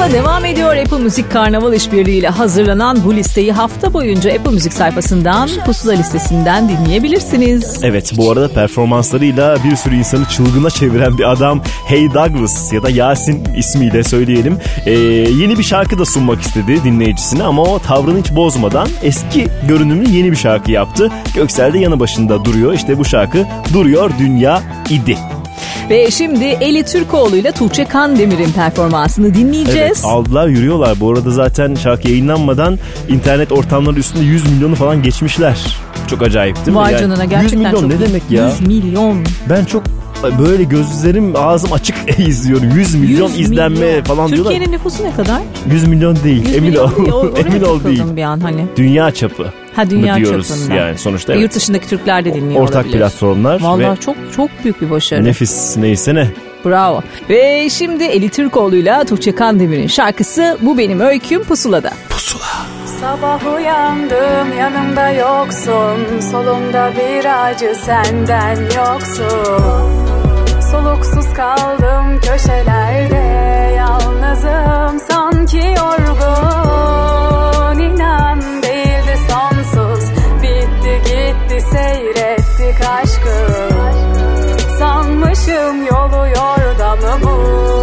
Pusula devam ediyor. Apple Müzik Karnaval işbirliğiyle hazırlanan bu listeyi hafta boyunca Apple Müzik sayfasından, Pusula listesinden dinleyebilirsiniz. Evet, bu arada performanslarıyla bir sürü insanı çılgına çeviren bir adam Hey Douglas ya da Yasin ismiyle söyleyelim. Ee, yeni bir şarkı da sunmak istedi dinleyicisine ama o tavrını hiç bozmadan eski görünümlü yeni bir şarkı yaptı. Göksel de yanı başında duruyor. İşte bu şarkı Duruyor Dünya idi. Ve şimdi Eli Türkoğlu ile Tuğçe Kandemir'in performansını dinleyeceğiz. Evet, aldılar yürüyorlar. Bu arada zaten şarkı yayınlanmadan internet ortamları üstünde yüz milyonu falan geçmişler. Çok acayip değil mi? Vay yani canına, gerçekten yüz milyon çok ne iyi. demek ya? yüz milyon. Ben çok böyle gözlerim ağzım açık izliyorum. yüz milyon yüz izlenme milyon. falan diyorlar. Türkiye'nin nüfusu ne kadar? yüz milyon değil. yüz Emin milyon ol. Değil. O, Emin ol değil. Bir an hani. Dünya çapı. Ha, dünya diyoruz çapında. yani sonuçta. Evet. Evet. Yurt dışındaki Türkler de dinliyor Ortak olabilir. platformlar. Vallahi ve çok çok büyük bir başarı. Nefis, neyse ne. Bravo. Ve şimdi Eli Türkoğlu'yla Tuğçe Kandemir'in şarkısı Bu Benim Öyküm Pusula'da. Pusula. Sabah uyandım yanımda yoksun, solumda bir acı senden yoksun. Soluksuz kaldım köşelerde, yalnızım sanki yorgun. İnan değildi sonsuz, bitti gitti seyrettik aşkı. Sanmışım yolu yordamı bu.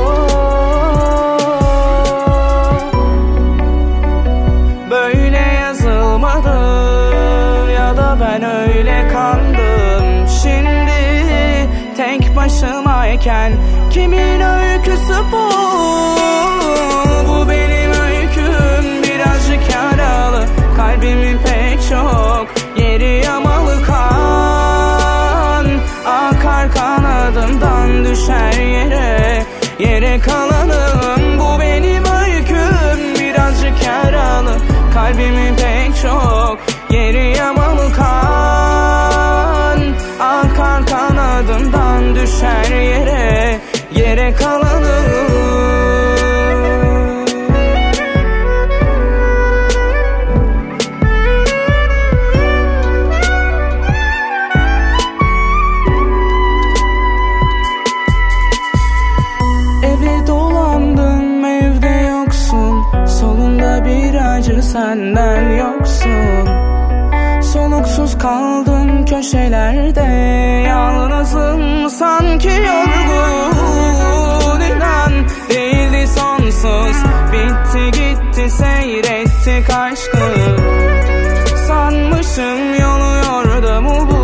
Böyle yazılmadı ya da ben öyle kandım. Şimdi tek başımayken kimin öyküsü bu? Bu benim öyküm, birazcık yaralı. Kalbimin pek çok yeri yamalı, kan akar kanadından düşer yere. Yere kalanım, bu benim öyküm, birazcık yaralı. Kalbimin pek çok yeri yamalı, kan akar kanadından düşer yere. Yere kalanım. Eve dolandım, evde yoksun. Solunda bir acı senden yoksun. Soluksuz kaldım köşelerde, yalnızım sanki yorgun. İnan değildi sonsuz, bitti gitti seyrettik aşkı. Sanmışım yolu yordamı bu.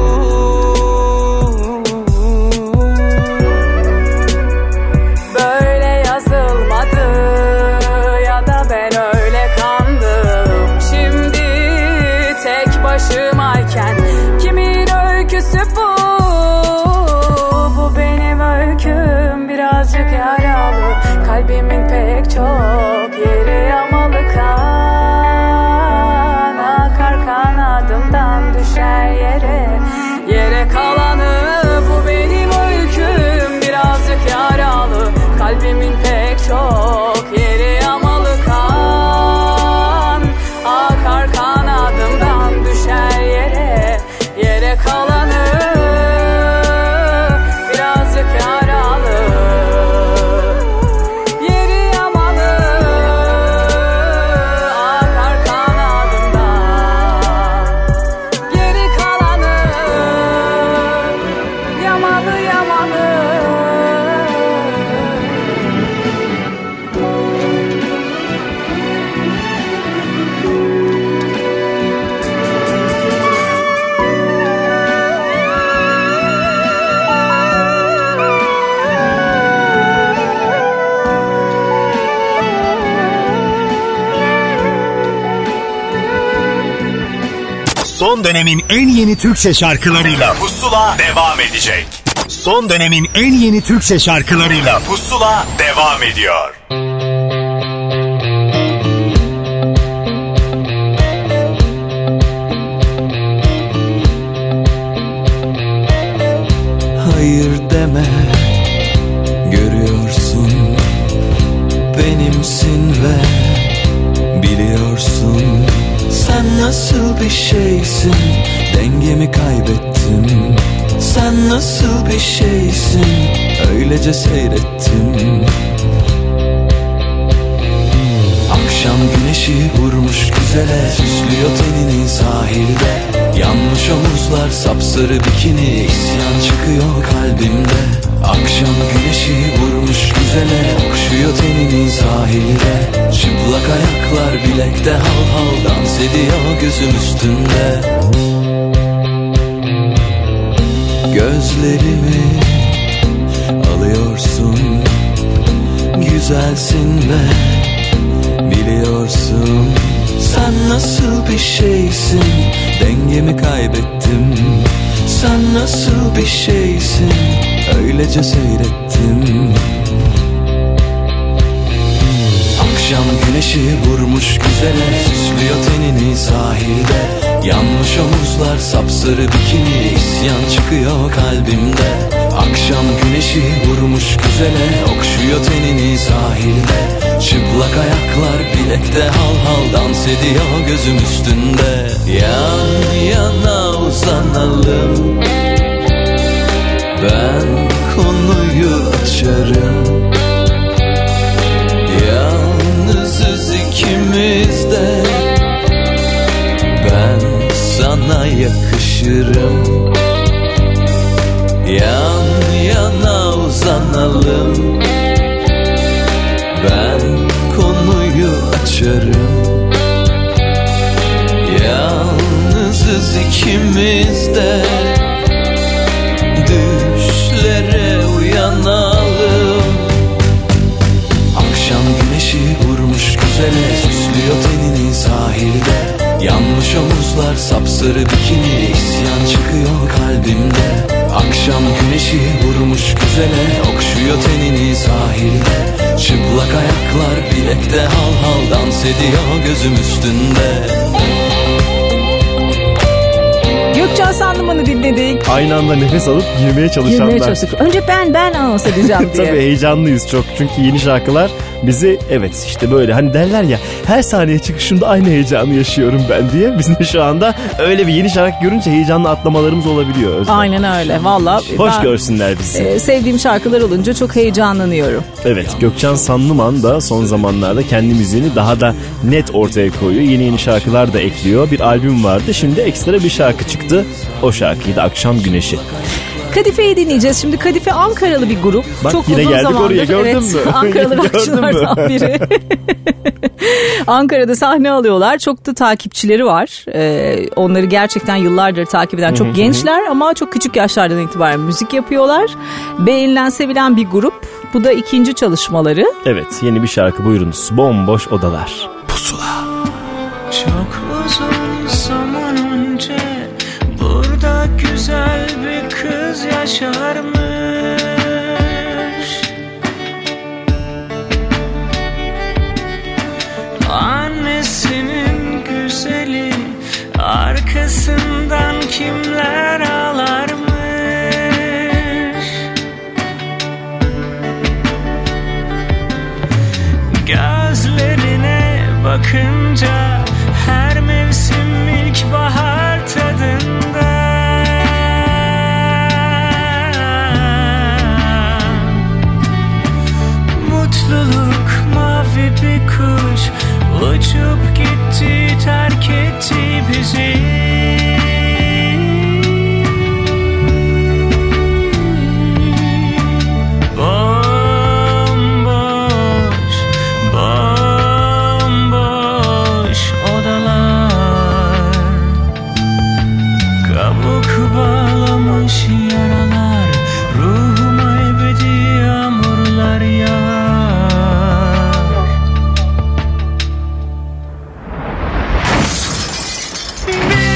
Böyle yazılmadı ya da ben öyle kandım. Şimdi tek başımayken kimin öyküsü bu? Bu benim öyküm, birazcık yaralı. Kalbimin pek çok yeri yamalı, kan akar kanadımdan düşer yere. Yere kalanı bu benim öyküm, birazcık yaralı. Kalbimin pek çok yeri yamalı, kan akar kanadımdan düşer yere. Yere kalanı birazcık yaralı. Yeri yamalı, akar kanadımdan. Geri kalanı yamalı yamalı. Son dönemin en yeni Türkçe şarkılarıyla Pusula devam edecek. Son dönemin en yeni Türkçe şarkılarıyla Pusula devam ediyor. Hayır deme, görüyorsun benimsin ve biliyorsun. Sen nasıl bir şeysin, dengemi kaybettim. Sen nasıl bir şeysin, öylece seyrettim. Akşam güneşi vurmuş güzele, süslüyor tenini sahilde. Yanmış omuzlar, sapsarı bikini, isyan çıkıyor kalbimde. Akşam güneşi vurmuş güzele, okşuyor tenini sahilde. Çıplak ayaklar bilekte hal hal dans ediyor gözüm üstünde. Gözlerimi alıyorsun, güzelsin ve biliyorsun. Sen nasıl bir şeysin, dengemi kaybettim. Sen nasıl bir şeysin, öylece seyrettim. Akşam güneşi vurmuş güzele, süslüyor tenini sahilde. Yanmış omuzlar, sapsarı bikini, isyan çıkıyor kalbimde. Akşam güneşi vurmuş güzele, okşuyor tenini sahilde. Çıplak ayaklar bilekte hal hal dans ediyor gözüm üstünde. Yan yana uzanalım, ben konuyu açarım. Yalnızız ikimiz de, ben sana yakışırım. Yan yana uzanalım, ben konuyu açarım. Yalnızız ikimiz de, düşlere uyanalım. Akşam güneşi vurmuş güzele, süslüyor tenini sahilde. Yanmış omuzlar, sapsarı bikini, isyan çıkıyor kalbimde. Akşam güneşi vurmuş güzele, okşuyor tenini sahilde. Çıplak ayaklar bilekte hal hal dans ediyor gözüm üstünde. Gökçen Sanlıman'ı dinledik. Aynı anda nefes alıp girmeye çalışanlar. Girmeye çalıştık. Önce ben ben anons edeceğim diye. Tabii heyecanlıyız çok. Çünkü yeni şarkılar bizi, evet işte böyle hani derler ya, her saniye çıkışında aynı heyecanı yaşıyorum ben diye. Biz de şu anda öyle bir yeni şarkı görünce heyecanlı atlamalarımız olabiliyor. Özlem. Aynen öyle valla. Hoş görsünler bizi. E, sevdiğim şarkılar olunca çok heyecanlanıyorum. Evet, Gökçen Sanlıman da son zamanlarda kendi müziğini daha da net ortaya koyuyor. Yeni yeni şarkılar da ekliyor. Bir albüm vardı, şimdi ekstra bir şarkı çıktı. O şarkıyı da Akşam Güneşi. Kadife'yi dinleyeceğiz. Şimdi Kadife Ankaralı bir grup. Bak, çok yine uzun geldik zamandır, oraya, gördün evet, mü? Ankaralı rockçılardan biri. Ankara'da sahne alıyorlar. Çok da takipçileri var. Ee, onları gerçekten yıllardır takip eden çok gençler ama çok küçük yaşlardan itibaren müzik yapıyorlar. Beğenilen, sevilen bir grup. Bu da ikinci çalışmaları. Evet, yeni bir şarkı, buyurunuz. Bomboş Odalar. Pusula. Çok uzun zaman önce burada güzel bir kız yaşarmış. Annesinin güzeli, arkasından kimler ağlarmış. Gözlerine bakınca her mevsim ilkbahar tadında. Mutluluk mavi bir kuş, uçup gitti, terk etti bizi. Bomboş, bomboş odalar, kabuk bağlamış yaralar, ruhuma ebedi yağmurlar yağar. Bir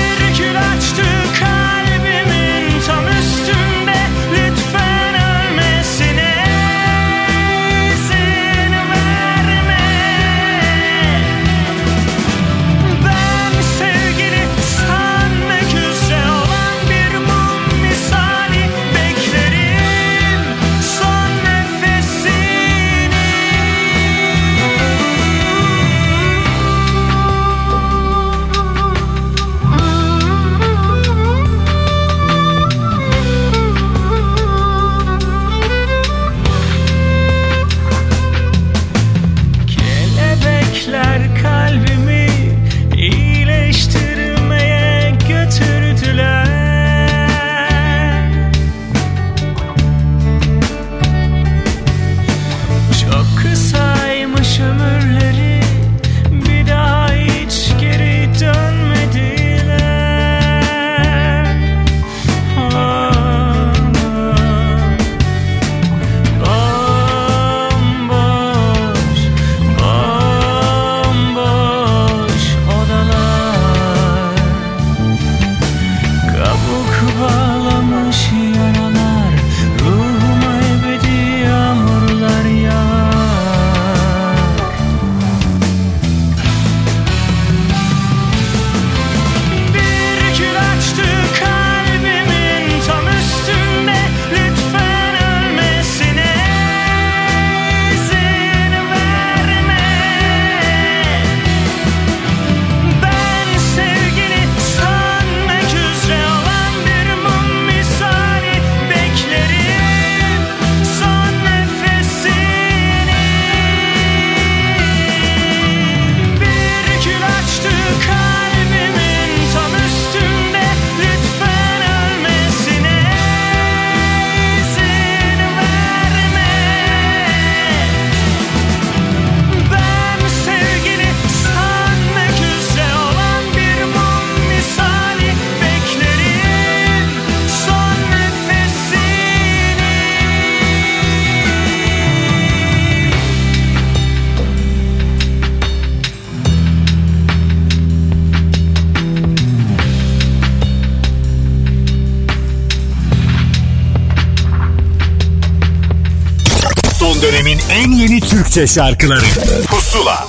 Son dönemin en yeni Türkçe şarkıları Pusula.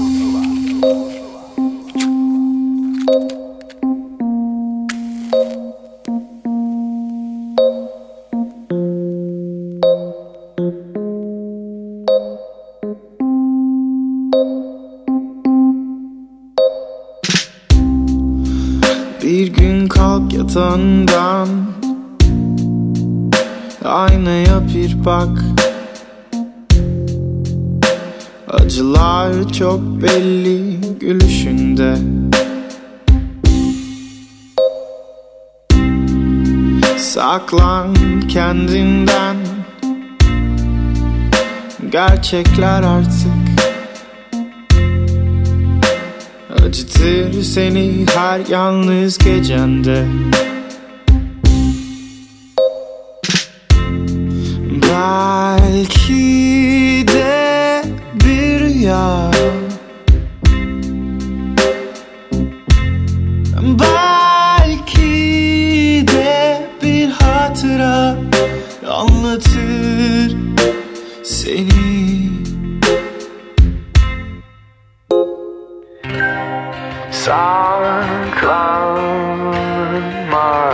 Bir gün kalk yatağından, aynaya bir bak. Acılar çok belli gülüşünde. Saklan kendinden, gerçekler artık acıtır seni her yalnız gecende. Belki de bir rüya, belki de bir hatıra anlatır seni. Saklanma,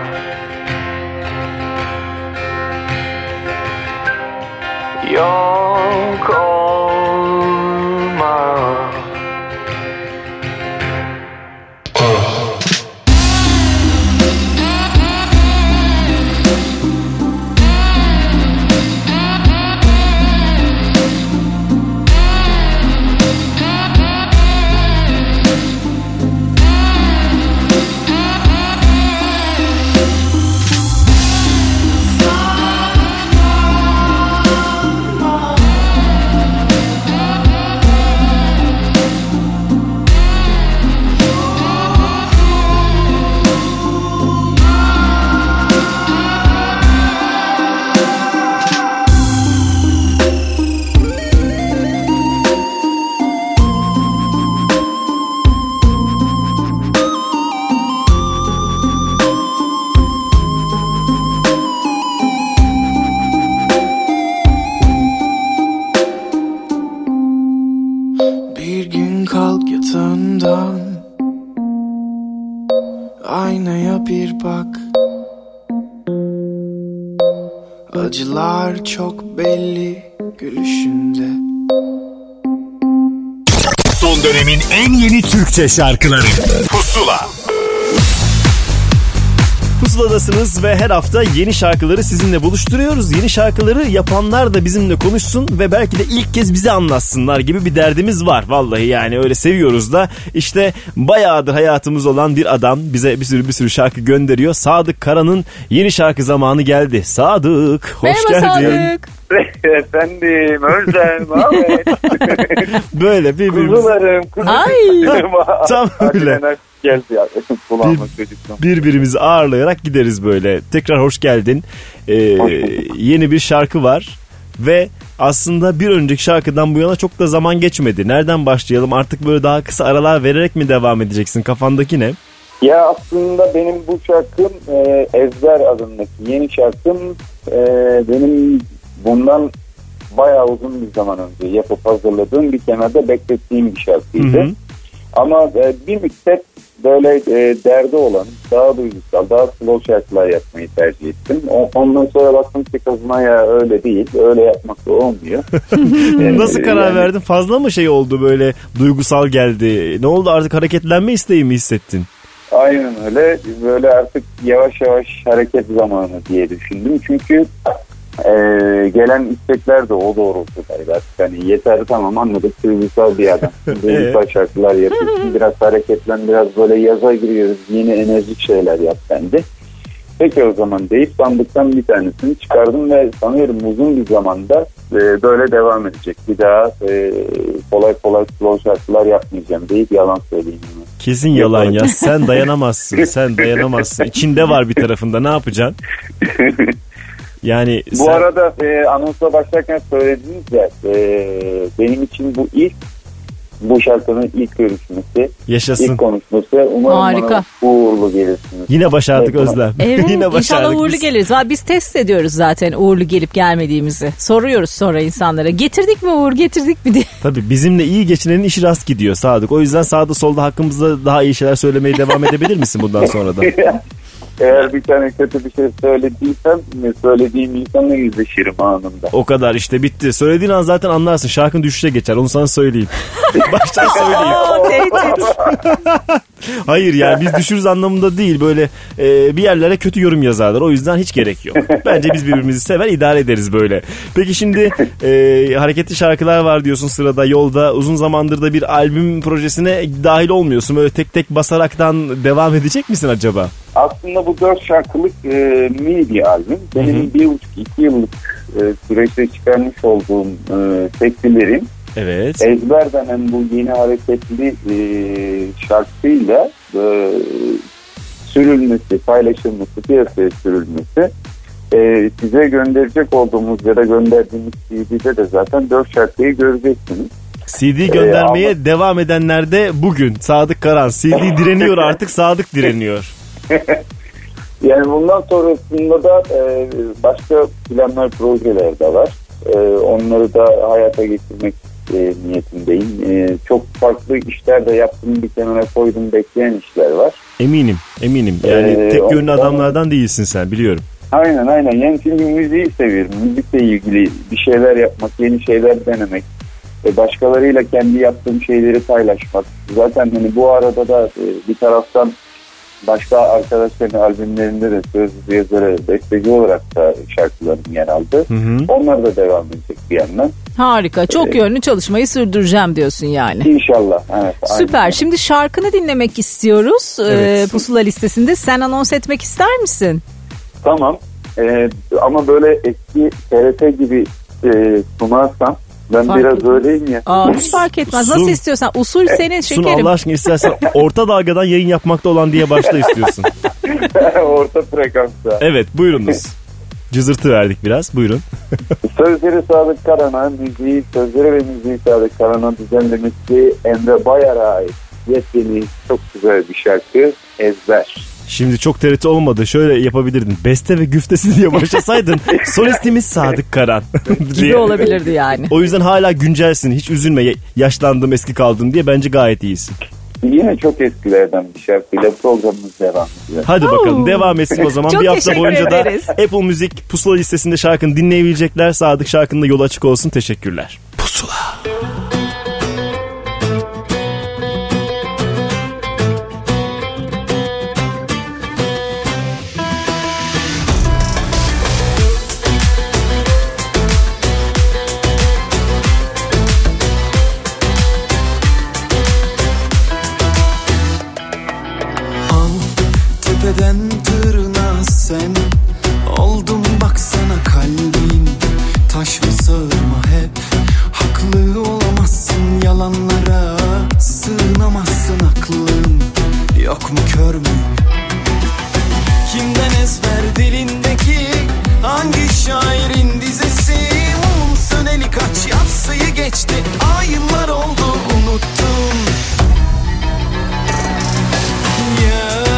yok olma. Bir gün kalk yatağından, aynaya bir bak. Acılar çok belli gülüşünde. Son dönemin en yeni Türkçe şarkıları Pusula. Pusuladasınız ve her hafta yeni şarkıları sizinle buluşturuyoruz. Yeni şarkıları yapanlar da bizimle konuşsun ve belki de ilk kez bize anlatsınlar gibi bir derdimiz var. Vallahi yani öyle seviyoruz da. İşte bayağıdır hayatımız olan bir adam bize bir sürü bir sürü şarkı gönderiyor. Sadık Karan'ın yeni şarkı zamanı geldi. Sadık, hoş Merhaba geldin. Sadık. Efendim Özlem, Ahmet. Böyle birbirimiz. Kuzularım, kuzularım. Tam öyle. Geldi ya. Bir, birbirimizi ağırlayarak gideriz böyle. Tekrar hoş geldin. Ee, yeni bir şarkı var ve aslında bir önceki şarkıdan bu yana çok da zaman geçmedi. Nereden başlayalım? Artık böyle daha kısa aralar vererek mi devam edeceksin? Kafandaki ne? Ya aslında benim bu şarkım e, Ezber adındaki yeni şarkım e, benim bundan bayağı uzun bir zaman önce yapıp hazırladığım, bir kenarda beklettiğim bir şarkıydı. Hı hı. Ama e, bir müddet böyle e, derdi olan, daha duygusal, daha slow şarkılar yapmayı tercih ettim. Ondan sonra baktım ki kazma ya öyle değil, öyle yapmak da olmuyor. Nasıl karar yani... verdin? Fazla mı şey oldu, böyle duygusal geldi? Ne oldu, artık hareketlenme isteği mi hissettin? Aynen öyle. Böyle artık yavaş yavaş hareket zamanı diye düşündüm. Çünkü e, gelen istekler de o doğrultudaydı artık. Yani yeter, tamam, anladık, duygusal bir adam. Duygusal şarkılar yapıyorsun. Biraz hareketlen, biraz böyle yaza giriyoruz. Yeni enerjik şeyler yap bende. Peki o zaman deyip sandıktan bir tanesini çıkardım ve sanıyorum uzun bir zamanda e, böyle devam edecek. Bir daha e, kolay kolay slow şarkılar yapmayacağım deyip yalan söyleyeyim. Kesin yalan ya. Sen dayanamazsın. Sen dayanamazsın. İçinde var bir tarafında. Ne yapacaksın? Yani bu sen... arada e, anonsa başlarken söylediniz ya, e, benim için bu ilk bu şarkının ilk görüşmesi, yaşasın, ilk konuşması. Umarım harika, bana uğurlu gelirsiniz. Yine başardık evet, Özlem. Evet, Yine başardık. İnşallah uğurlu biz. geliriz. Biz test ediyoruz zaten uğurlu gelip gelmediğimizi. Soruyoruz sonra insanlara. Getirdik mi Uğur, getirdik mi diye. Tabii bizimle iyi geçinenin işi rast gidiyor Sadık. O yüzden sağda solda hakkımızda daha iyi şeyler söylemeye devam edebilir misin bundan sonra da? Eğer bir tane kötü bir şey söylediysem, söylediğim insanla yüzleşirim anında. O kadar işte, bitti. Söylediğin an zaten anlarsın. Şarkın düşüşe geçer. Onu sana söyleyeyim. Baştan söyleyeyim. Hayır yani biz düşürüz anlamında değil. Böyle e, bir yerlere kötü yorum yazarlar. O yüzden hiç gerek yok. Bence biz birbirimizi sever, idare ederiz böyle. Peki şimdi e, hareketli şarkılar var diyorsun sırada, yolda. Uzun zamandır da bir albüm projesine dahil olmuyorsun. Böyle tek tek basaraktan devam edecek misin acaba? Aslında bu dört şarkılık e, mini bir albüm. Benim Hı-hı. bir buçuk iki yıllık e, süreçte çıkarmış olduğum e, teklilerim. Evet. Ezber denen bu yeni hareketli e, şarkıyla e, sürülmesi, paylaşılması, piyasaya sürülmesi. E, size gönderecek olduğumuz ya da gönderdiğimiz C D'de de zaten dört şarkıyı göreceksiniz. C D göndermeye ee, ama... devam edenler de bugün Sadık Karan. C D direniyor artık, Sadık direniyor. Yani bundan sonrasında da e, başka planlar, projeler de var. E, onları da hayata geçirmek e, niyetindeyim. E, çok farklı işler de yaptım, bir kenara koydum, bekleyen işler var. Eminim, eminim. Yani ee, tek yönlü ondan... adamlardan değilsin sen, biliyorum. Aynen aynen. Yani çünkü müziği seviyorum. Müzikle ilgili bir şeyler yapmak, yeni şeyler denemek. E, başkalarıyla kendi yaptığım şeyleri paylaşmak. Zaten hani bu arada da e, bir taraftan başka arkadaşların albümlerinde de sözlü yazarı, besteci olarak da şarkılarım yer aldı. Hı hı. Onlar da devam edecek bir yandan. Harika. Çok ee, yönlü çalışmayı sürdüreceğim diyorsun yani. İnşallah. Evet, süper. Aynen. Şimdi şarkını dinlemek istiyoruz. Evet. Ee, Pusula listesinde. Sen anons etmek ister misin? Tamam. Ee, ama böyle eski T R T gibi e, sunarsam ben fark biraz etmez. Öyleyim ya. Aa, hiç fark etmez. Nasıl Sun, istiyorsan. Usul senin şekerim. Sun Allah aşkına, istersen orta dalgadan yayın yapmakta olan diye başla istiyorsun. Orta frekansta. Evet, buyurunuz. Cızırtı verdik biraz. Buyurun. Sözleri Sadık Karan'a, müziği, sözleri ve müziği Sadık Karan'a düzenlemesi Emre Bayar'a ait yepyeni çok güzel bir şarkı, Ezber. Şimdi çok T R T olmadı. Şöyle yapabilirdin. Beste ve güftesi diye başlasaydın. Solistimiz Sadık Karan. gibi olabilirdi yani. O yüzden hala güncelsin. Hiç üzülme. Yaşlandım, eski kaldım diye. Bence gayet iyisin. Yine çok eskilerden bir şarkıyla programımız devam ediyor. Hadi bakalım. Oo. Devam etsin o zaman. Bir hafta boyunca ederiz. Da Apple Müzik Pusula listesinde şarkını dinleyebilecekler. Sadık şarkında yolu açık olsun. Teşekkürler. Pusula. Tepeden tırnağa sen oldum, baksana kalbim taş mı sığırma hep. Haklı olamazsın, yalanlara sığınamazsın, aklım yok mu, kör müyüm? Kimden ezber dilindeki hangi şairin dizesi? Mum söneli kaç yatsıyı geçti, aylar oldu unuttum. Yeah.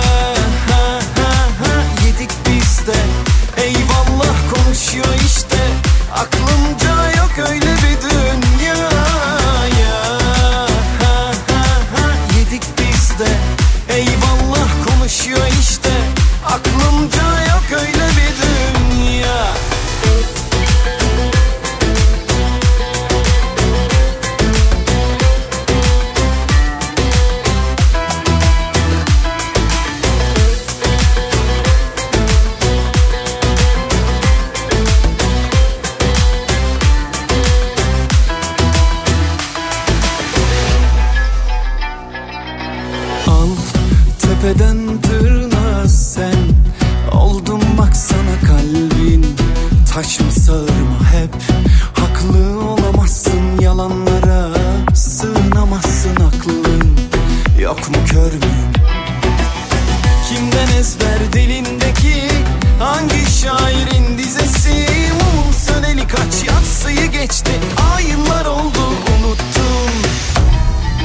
Eyvallah konuşuyor işte, aklımca yok öyle bir dünya ya. Ha, ha, ha. Yedik biz de, eyvallah konuşuyor işte, aklımca yok öyle bir dünya. Tepeden tırnağa sen oldum, baksana kalbin taş mı sağırma hep. Haklı olamazsın, yalanlara sığınamazsın, aklın yok mu, kör müyüm? Kimden ezber dilindeki hangi şairin dizesi? Mum söneli kaç yatsıyı geçti, aylar oldu unuttum.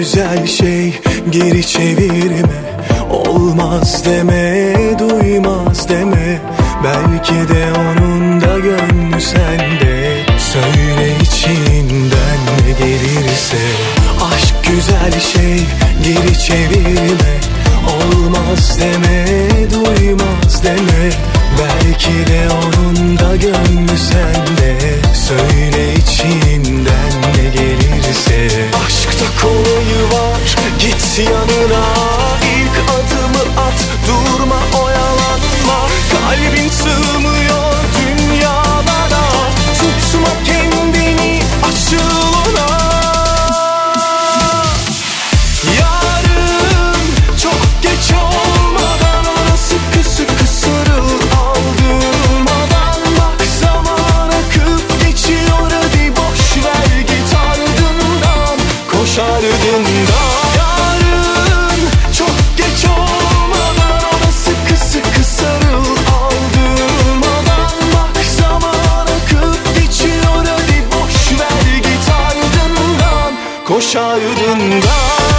güzel şey geri çevirme. Olmaz deme, duymaz deme. Belki de onun da gönlü sende. Söyle içinden ne gelirse. Aşk güzel şey geri çevirme. Olmaz deme, duymaz deme. Belki de onun da gönlü sende. Söyle içinden ne gelirse. Aşkta kolayı var, git yanına. İlk adımı at, durma oyalanma. Kalbin sığmıyor dünyalara. Tutma kendini, açıl ona. Yarın çok geç olmadan ona sıkı sıkı sarıl. Aldırmadan bak, zaman akıp geçiyor. Hadi boş ver, git ardından, koş ardından. Yarın çok geç olmadan ona sıkı sıkı sarıl. Aldırmadan bak, zaman akıp geçiyor. Hadi boş ver, git ardından, koş ardından.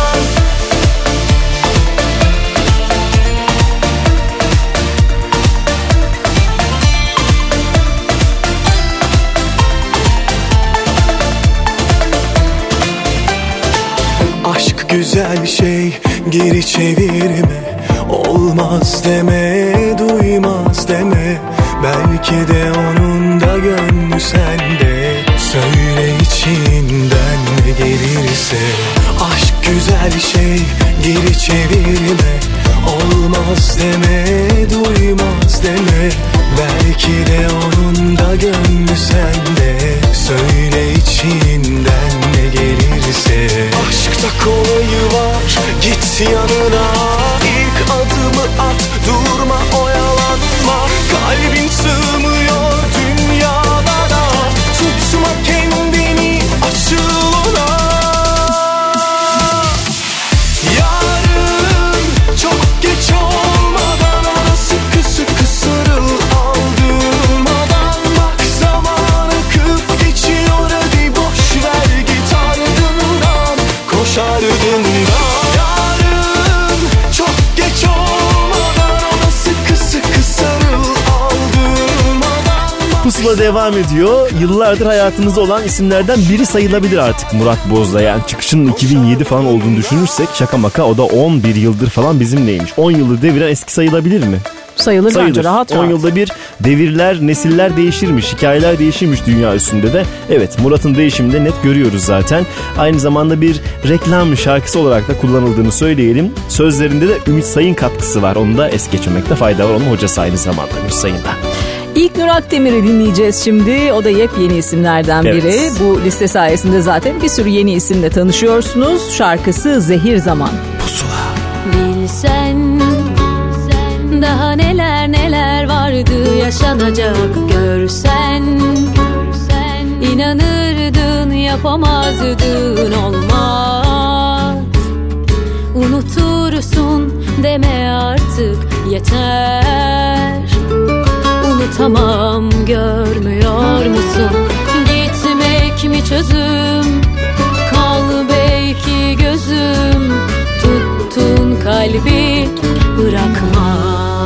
Aşk güzel şey geri çevirme. Olmaz deme, duymaz deme. Belki de onun da gönlü sende. Söyle içinden ne gelirse. Aşk güzel şey geri çevirme. Olmaz deme, duymaz deme. Belki de onun da gönlü sende. Söyle içinden ne gelirse. Aşkta kolayı var, git yanına. İlk adımı at, durma oyalanma. Kalbin sığmıyor dünyalara. Tutma kendini, açıl ona. Yarın çok geç olmadan ona sıkı sıkı sarıl. Aldırmadan bak, zaman akıp geçiyor. Hadi boş ver, git ardından, koş ardından. Yarın çok geç olmadan ona sıkı sıkı sarıl. Aldırmadan bak. Pusula devam ediyor. Yıllardır hayatımızda olan isimlerden biri sayılabilir artık Murat Boz'da. Yani çıkışının iki bin yedi falan olduğunu düşünürsek şaka maka, o da on bir yıldır falan bizimleymiş. on yılı deviren eski sayılabilir mi? Sayılır, Sayılır. bence rahat rahat. on yılda bir devirler, nesiller değişirmiş, hikayeler değişirmiş dünya üstünde de. Evet, Murat'ın değişimini de net görüyoruz zaten. Aynı zamanda bir reklam şarkısı olarak da kullanıldığını söyleyelim. Sözlerinde de Ümit Sayın katkısı var. Onu da es geçmemekte fayda var. Onun hocası aynı zamanda Ümit Sayın'da. İlk Nur Akdemir'i dinleyeceğiz şimdi. O da yepyeni isimlerden biri. Evet. Bu liste sayesinde zaten bir sürü yeni isimle tanışıyorsunuz. Şarkısı Zehir Zaman. Bilsen daha neler neler vardı yaşanacak, görsen İnanırdın, yapamazdın, olmaz. Unutursun deme artık, yeter. Unutamam, görmüyor musun? Gitmek mi çözüm? Kal belki gözüm. Tuttun kalbi, bırakma.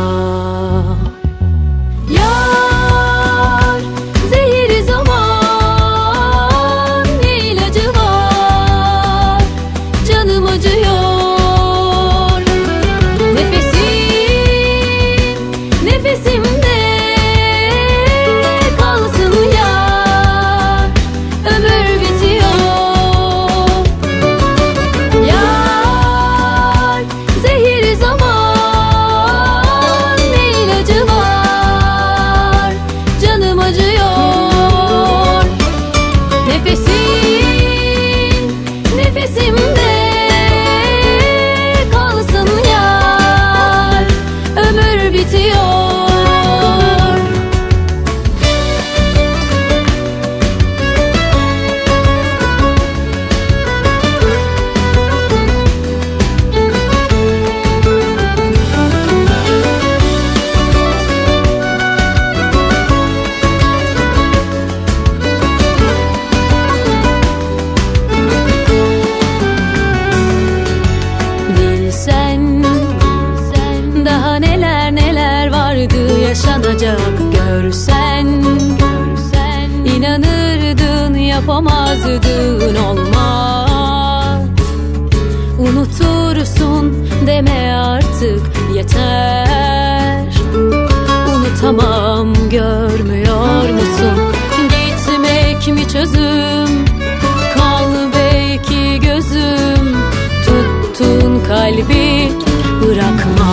Yar, zehir zaman, ilacı var. Canım acıyor. Nefesim, nefesimde kalsın yar. Ömür bitiyor. Yar, zehir zaman, ilacı var. Canım acıyor. Nefesim, nefesimde kalsın yar. Ömür bitiyor. yaşanacak görsen, görsen İnanırdın yapamazdın olmaz. Unutursun deme artık yeter. Unutamam görmüyor musun? Gitmek mi çözüm? Kal belki gözüm. Tuttun kalbi bırakma.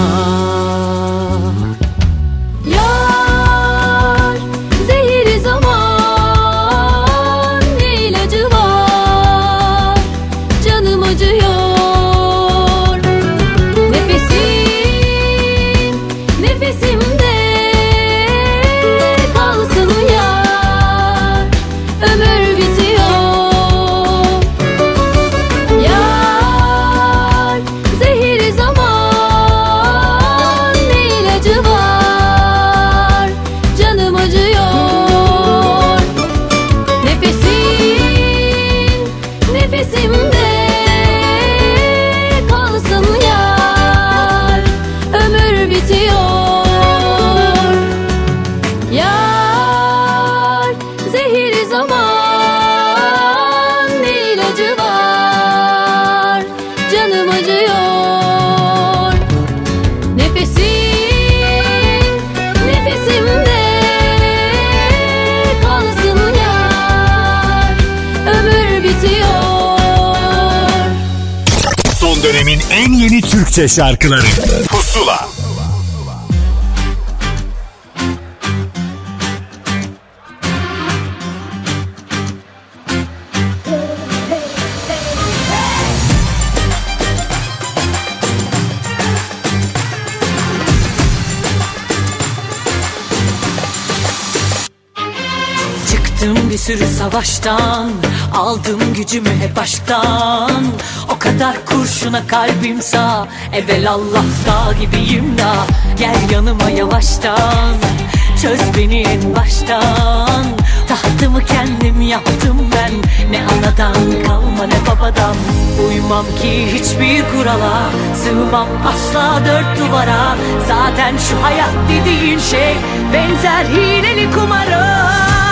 Yar zehir zaman ne ilacı var? Canım acıyor. Nefesim nefesimde kalsın yar. Ömür bitiyor. Yar zehir zaman ne ilacı var? Canım acıyor. Nefesim nefesimde kalsın yar. Ömür bitiyor. Yar zehir zaman ne ilacı var? Canım acıyor. Nefesim nefesimde kalsın yar. Ömür bitiyor. Son dönemin en yeni Türkçe şarkıları Pusula. Çıktım bir sürü savaştan, aldım gücümü hep aşktan. O kadar kurşuna kalbim sağ, evelallah dağ gibiyim da. Gel yanıma yavaştan, çöz beni en baştan. Tahtımı kendim yaptım ben, ne anadan kalma ne babadan. Uymam ki hiçbir kurala, sığmam asla dört duvara. Zaten şu hayat dediğin şey benzer hileli kumara.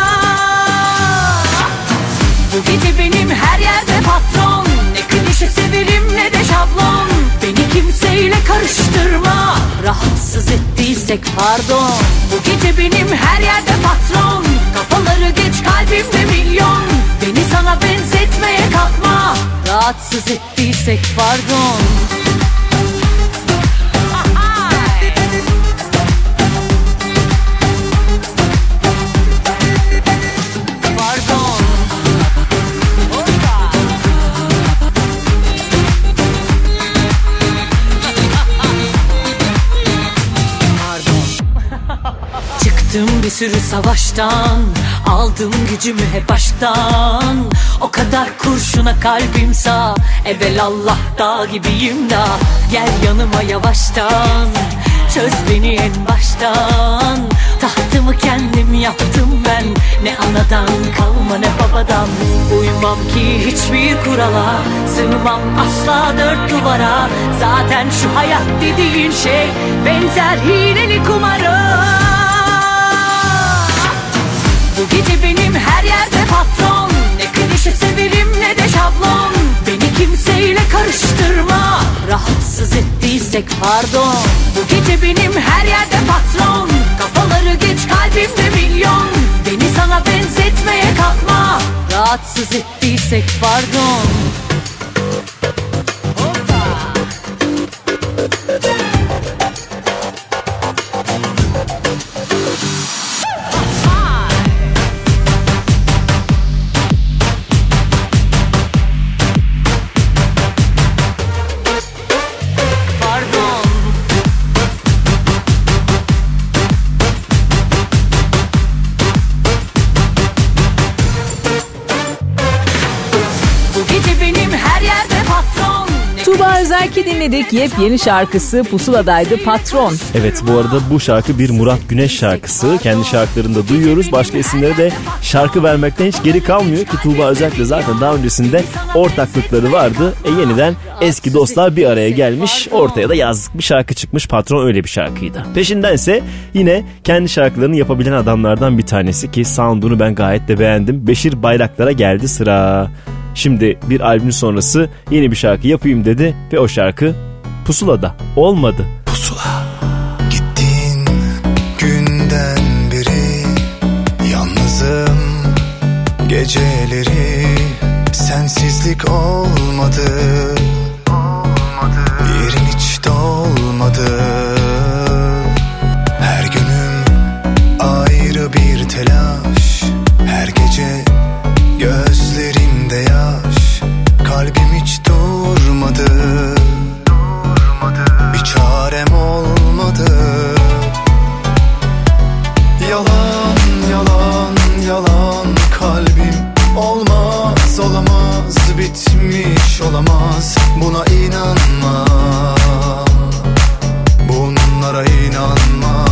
Bu gece benim her yerde patron, ne klişe severim ne de şablon. Beni kimseyle karıştırma, rahatsız ettiysek pardon. Bu gece benim her yerde patron, kafaları geç kalbimde milyon. Beni sana benzetmeye kalkma, rahatsız ettiysek pardon. Çıktım bir sürü savaştan, aldım gücümü hep aşktan. O kadar kurşuna kalbim sağ, evelallah dağ gibiyim da. Gel yanıma yavaştan, çöz beni en baştan. Tahtımı kendim yaptım ben, ne anadan kalma ne babadan. Uymam ki hiçbir kurala, sığmam asla dört duvara. Zaten şu hayat dediğin şey benzer hileli kumara. Bu gece benim her yerde patron, ne klişe severim ne de şablon. Beni kimseyle karıştırma, rahatsız ettiysek pardon. Bu gece benim her yerde patron, kafaları geç kalbimde milyon. Beni sana benzetmeye kalkma, rahatsız ettiysek pardon. Gece benim Şimdi dinledik yepyeni şarkısı Pusula'daydı Patron. Evet, bu arada bu şarkı bir Murat Güneş şarkısı. Kendi şarkılarında duyuyoruz. Başka isimlere de şarkı vermekten hiç geri kalmıyor ki Tuğba özellikle zaten daha öncesinde ortaklıkları vardı. E yeniden eski dostlar bir araya gelmiş. Ortaya da yazlık bir şarkı çıkmış. Patron öyle bir şarkıydı. Peşindense yine kendi şarkılarını yapabilen adamlardan bir tanesi ki sound'unu ben gayet de beğendim. Beşir Bayraktar'a geldi sıra. Şimdi bir albüm sonrası yeni bir şarkı yapayım dedi ve o şarkı Pusula'da. Olmadı. Pusula. Gittiğin günden beri yalnızım, geceleri sensizlik olmadı, yerin hiç dolmadı. Her günüm ayrı bir telaş, her gece gözlerimde yaş, kalbim hiç durmadı, bir çarem olmadı. Yalan yalan yalan kalbim, olmaz olamaz, bitmiş olamaz, buna inanma, bunlara inanma.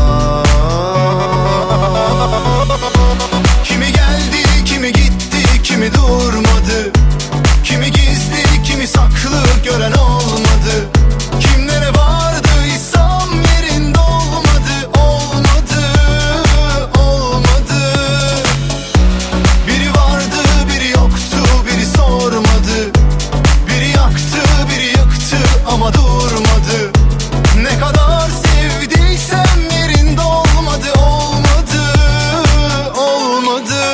Kimi geldi kimi gitti, kimi durmadı, kimi gizli kimi saklı gören olmadı. Kimlere vardıysam yerinde olmadı, olmadı, olmadı. Biri vardı biri yoktu, biri sormadı, biri yaktı biri yıktı ama durmadı. Ne kadar sevdiysem yerinde olmadı, olmadı, olmadı.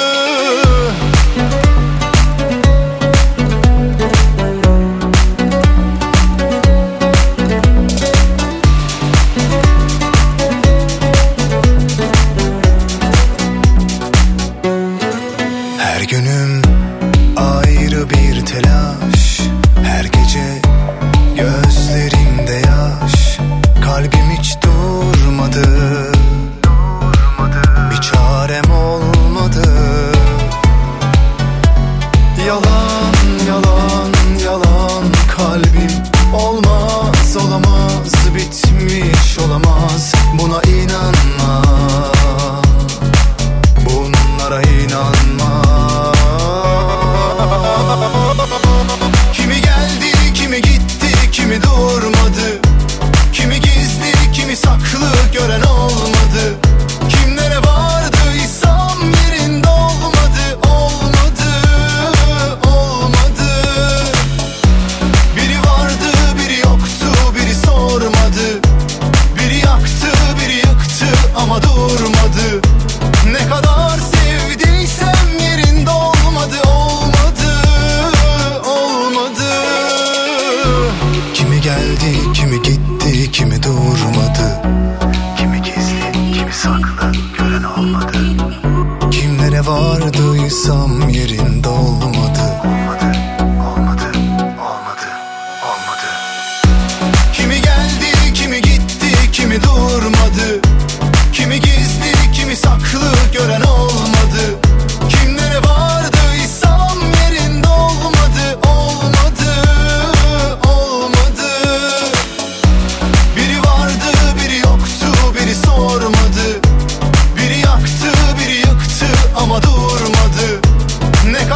Her günüm ayrı bir telaş, her gece gözlerimde yaş, kalbim hiç durmadı, bir çarem olmadı. Yalan yalan yalan kalbim, olmaz olamaz, bitmiş olamaz, buna inanma, bunlara inanma. Kimi geldi kimi gitti, kimi durmadı, kimi gizli kimi saklı gören olmadı. Kimlere vardıysam yerinde olmadı, olmadı, olmadı. Biri vardı biri yoktu, biri sormadı, biri yaktı biri yıktı ama durmadı. Ne kadar sevdiysem yerinde olmadı, olmadı, olmadı. Kimi geldi kimi gitti, kimi durmadı, kimi gizli kimi saklı gören olmadı. Kimlere vardıysam yerinde olmadı, olmadı, olmadı, olmadı, olmadı. Kimi geldi kimi gitti, kimi durmadı, kimi gizli kimi saklı gören olmadı. Kimlere vardıysam yerinde olmadı, olmadı, olmadı. Biri vardı biri yoktu, biri sormadı, biri yaktı biri yıktı ama durmadı. Ne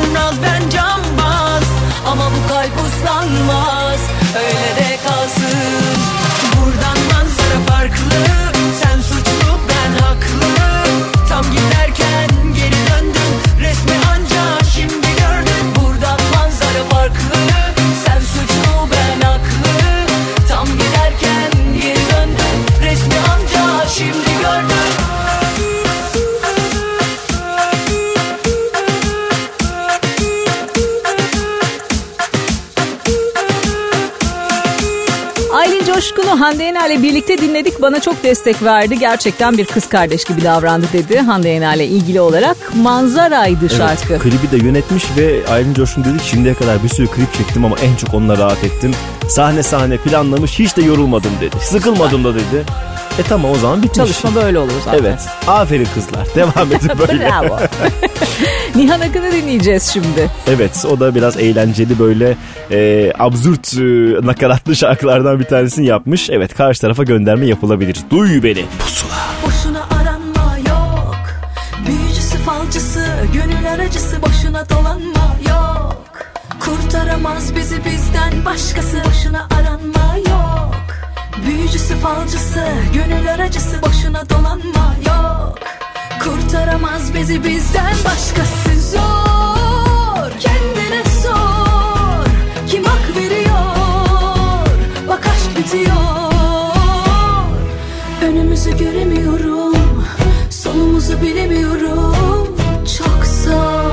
kurnaz ben cambaz, ama bu kalp uslanmaz, öyle de kalsın. Buradan manzara farklı, sen suçlu ben haklı. Tam giderken geri döndün, resmi anca şimdi gördün. Buradan manzara farklı, sen suçlu ben haklı. Tam giderken geri döndün, resmi anca şimdi gördün. Aylin Coşkun'u Hande Yener'le birlikte dinledik. Bana çok destek verdi. Gerçekten bir kız kardeş gibi davrandı dedi Hande Yener'le ilgili olarak. Manzaraydı şarkı. Evet, klibi de yönetmiş ve Aylin Coşkun dedi ki şimdiye kadar bir sürü klip çektim ama en çok onunla rahat ettim. Sahne sahne planlamış, hiç de yorulmadım dedi. Sıkılmadım da dedi. E tamam, o zaman bitmiş. Çalışma böyle olur zaten. Evet. Aferin kızlar. Devam edin böyle. Bravo. Nihan Akın'ı dinleyeceğiz şimdi. Evet, o da biraz eğlenceli böyle e, absürt e, nakaratlı şarkılardan bir tanesini yapmış. Evet, karşı tarafa gönderme yapılabilir. Duy beni. Pusula. Boşuna aranma yok, büyücüsü falcısı, gönül aracısı, boşuna dolanma yok. Kurtaramaz bizi bizden başkası, boşuna aranma yok. Büyücüsü falcısı, gönül aracısı, boşuna dolanma yok. Kurtaramaz bizi bizden başkası. Zor, kendine sor, kim hak veriyor, bak aşk bitiyor. Önümüzü göremiyorum, sonumuzu bilemiyorum, çok zor.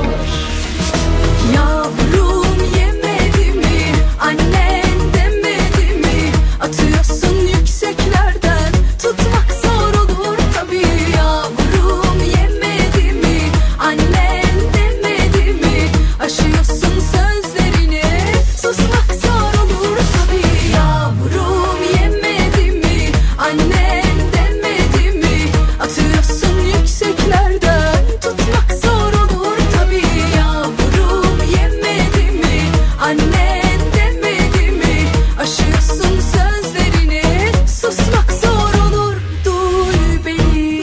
Yavrum yemedi mi, annen demedi mi, atıyorsun yükseklerden, tutmak zor olur tabii. Yavrum yemedi mi, annen demedi mi, aşıyorsun sözlerini, susmak zor olur tabii. Yavrum yemedi mi, annen demedi mi, atıyorsun yükseklerden, tutmak zor olur tabii. Yavrum yemedi mi, annen demedi mi, aşıyorsun sözlerini, susmak zor olur. Duy beni.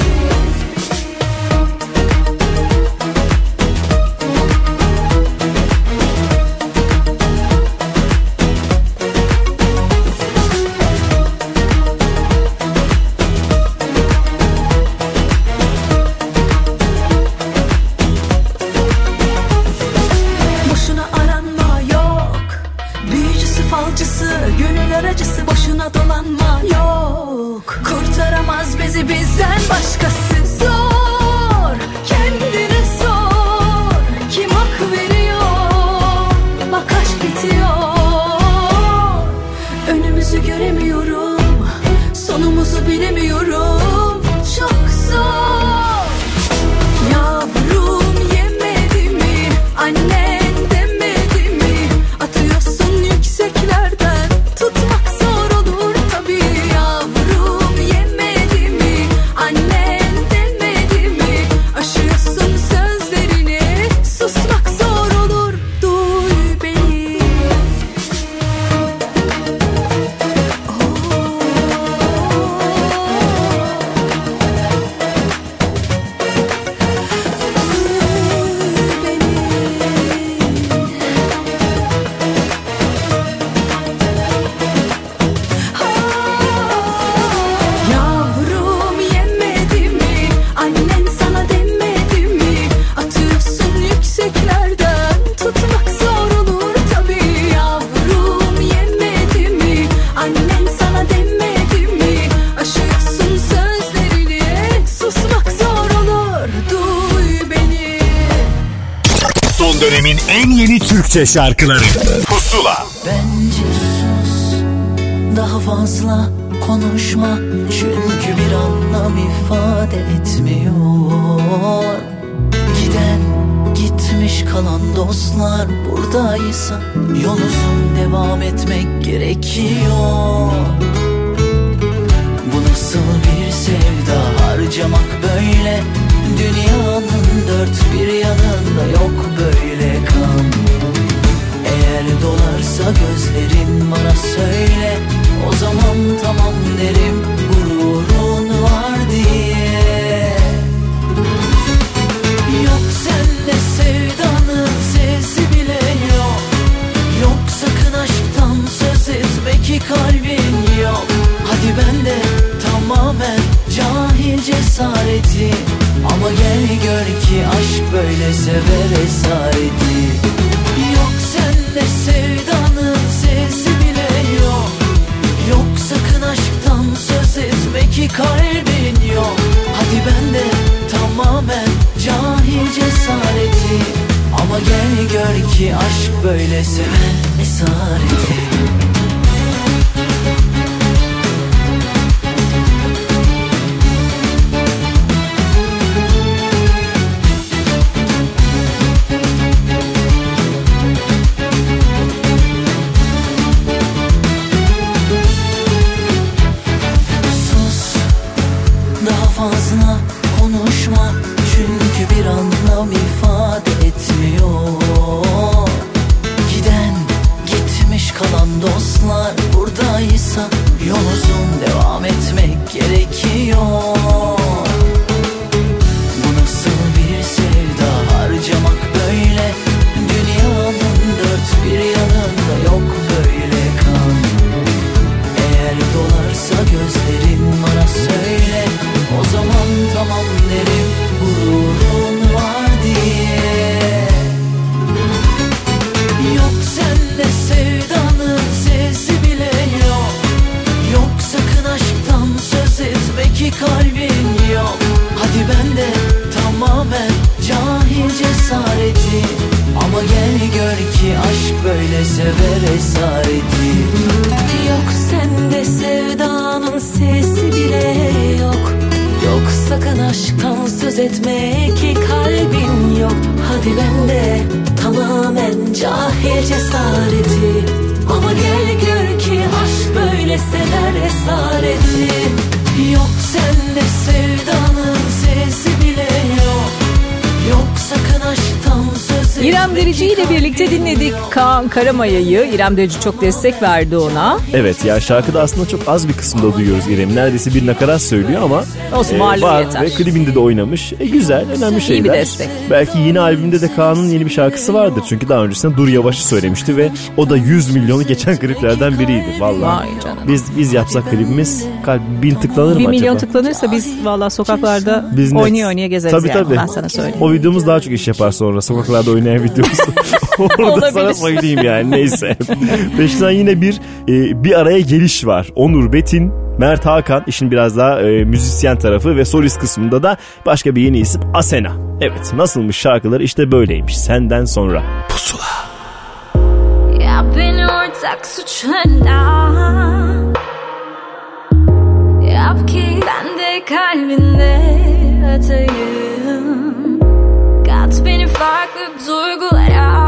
Boşuna aranma yok, büyücüsü falcısı, gönül aracısı, boşuna dolanma yok. Kurtaramaz bizi bizden başkası. Zor, kendine sor, kim hak veriyor, bak aşk bitiyor. Önümüzü göremiyorum, sonumuzu bilemiyorum, çok zor. Yavrum yemedi mi, annen demedi mi, atıyorsun yükseklerden, tutmak zor olur tabii. Yavrum yemedi mi, annen demedi mi, aşıyorsun sözlerini, susmak zor olur. Duy beni. Yavrum yemedi mi, annen sana demedi mi, atıyorsun yükseklerden, tutmak zor olur tabii. Yavrum yemedi mi, annen sana demedi mi, aşıyorsun sözlerini, susmak zor olur. Duy beni. Son dönemin en yeni Türkçe şarkıları Pusula. Bence sus, daha fazla konuşma, çünkü bir anlam ifade etmiyor. Giden gitmiş, kalan dostlar buradaysa yol uzun, devam etmek gerekiyor. Bu nasıl bir sevda, harcamak böyle, dünyanın dört bir yanında yok böyle kan. Eğer dolarsa gözlerin bana söyle, o zaman tamam derim, gururun var diye. Yok sende sevdanın sesi, sever esareti. Yok sende sevdanın sesi bile yok. Yok sakın aşktan söz etme ki kalbin yok. Hadi bende tamamen cahil cesareti. Ama gel gör ki aşk böyle sever esareti. Fazla konuşma çünkü bir anlam ifade etmiyor. Giden gitmiş kalan dostlar buradaysa yol uzun devam etmek gerekiyor. Bu nasıl bir sevda harcamak böyle? Dünyanın dört bir yanında yok böyle kan. Eğer dolarsa gözlerin bana söyle. O zaman tamam derim gururun var diye. Yok sende sevdanın sesi bile yok. Yok sakın aşktan söz etme ki kalbin yok. Hadi bende tamamen cahil cesareti. Ama gel gör ki aşk böyle sever esareti. Yok sende sevdanın sesi bile yok. Yok sakın aşktan söz etme ki kalbin yok. Hadi bende tamamen cahil cesareti. Ama gel gör ki aşk böyle sever esareti. Yok sende sevdanın sesi bile yok. Yok sakın aşktan söz etme. İrem Derici ile birlikte dinledik Kaan Karamaya'yı. İrem Derici çok destek verdi ona. Evet ya, şarkıda aslında çok az bir kısımda duyuyoruz İrem'i. Neredeyse bir nakarat söylüyor ama olsun, e, var yeter. ve klibinde de oynamış. E, güzel, önemli şeyler. İyi bir destek. Belki yeni albümde de Kaan'ın yeni bir şarkısı vardır. Çünkü daha öncesinde Dur Yavaş'ı söylemişti ve o da yüz milyonu geçen kliplerden biriydi. Vallahi. Vay canım. Biz biz yapsak klibimiz kalp bin tıklanır mı Bir acaba? milyon tıklanırsa biz vallahi sokaklarda Biz net. oynaya oynaya gezeriz tabii, yani. Tabii. Ben sana söyleyeyim. O videomuz daha çok iş yapar sonra. Sokaklarda oynayan videomuz. Orada sana söyleyeyim yani, neyse. Peşinden yine bir e, bir araya geliş var. Onur Betin, Mert Hakan işin biraz daha e, müzisyen tarafı ve solist kısmında da başka bir yeni isim Asena. Evet, nasılmış şarkıları, işte böyleymiş. Senden sonra. Pusula. Ya beni ortak suçlarından yap ki ben de kalbinde atayım. Kat beni farklı duygulara,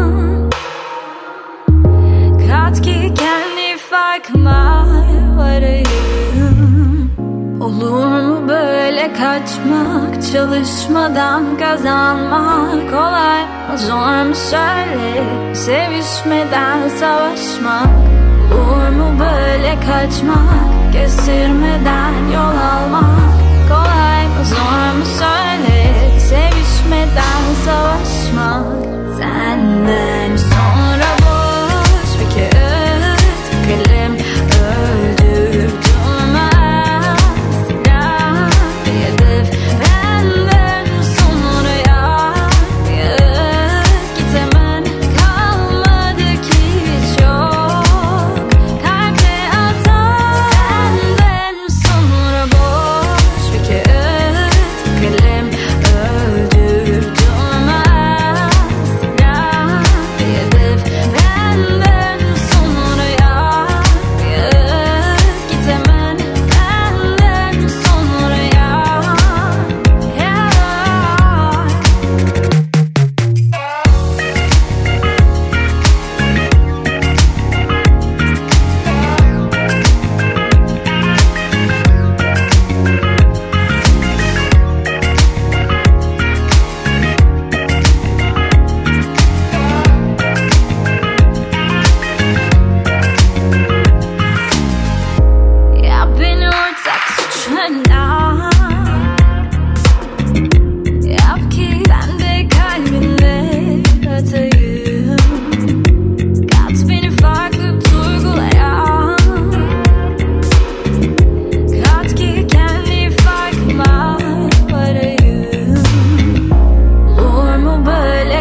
kat ki kendi farkıma varayım. Olur mu böyle kaçmak, çalışmadan kazanmak kolay mı, zor mu söyle, sevişmeden savaşmak. Olur mu böyle kaçmak, kestirmeden yol almak kolay mı, zor mu söyle, sevişmeden savaşmak. Senden sonra boş bir kağıt kalem öldürüp durmaz. Silah bir hedef benden sonra yağıp git hemen, kalmadı ki çok kalple atan. Senden sonra boş bir kağıt kalem öldürüp durmaz.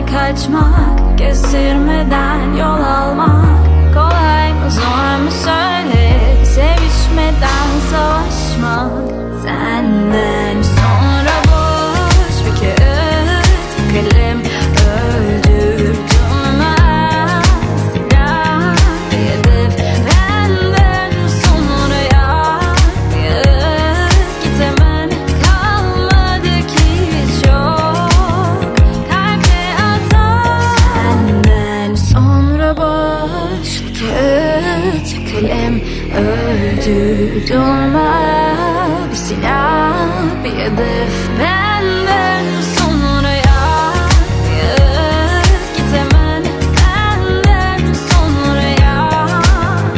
böyle kaçmak, kestirmeden yol almak kolay mı zor mu söyle, sevişmeden savaşmak. Senden sonra boş bir kağıt kalem öldür durmaz, silah bir hedef benden sonra yak git hemen, kalmadı ki hiç yok kalpte atar. Senden sonra boş bir kağıt kalem öldür durmaz, bir silah bir hedef benden sonra yak git hemen, benden sonra yak.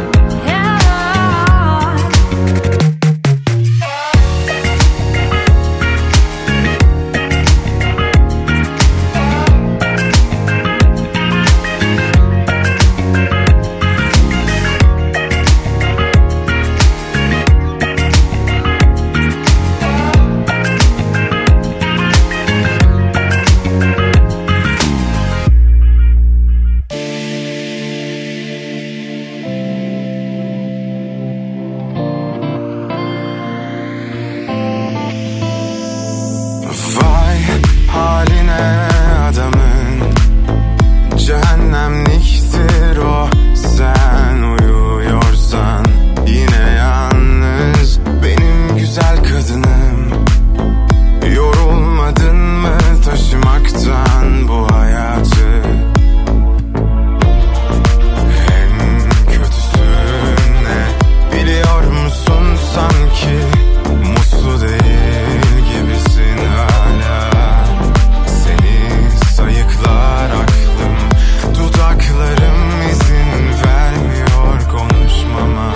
Vay haline adamın, cehennemliktir o. Sen uyuyorsan yine yalnız, benim güzel kadınım. Yorulmadın mı taşımaktan bu hayatı? En kötüsü ne biliyor musun, sanki mutlu değil gibisin hala. Seni sayıklar aklım, dudaklarım izin vermiyor konuşmama.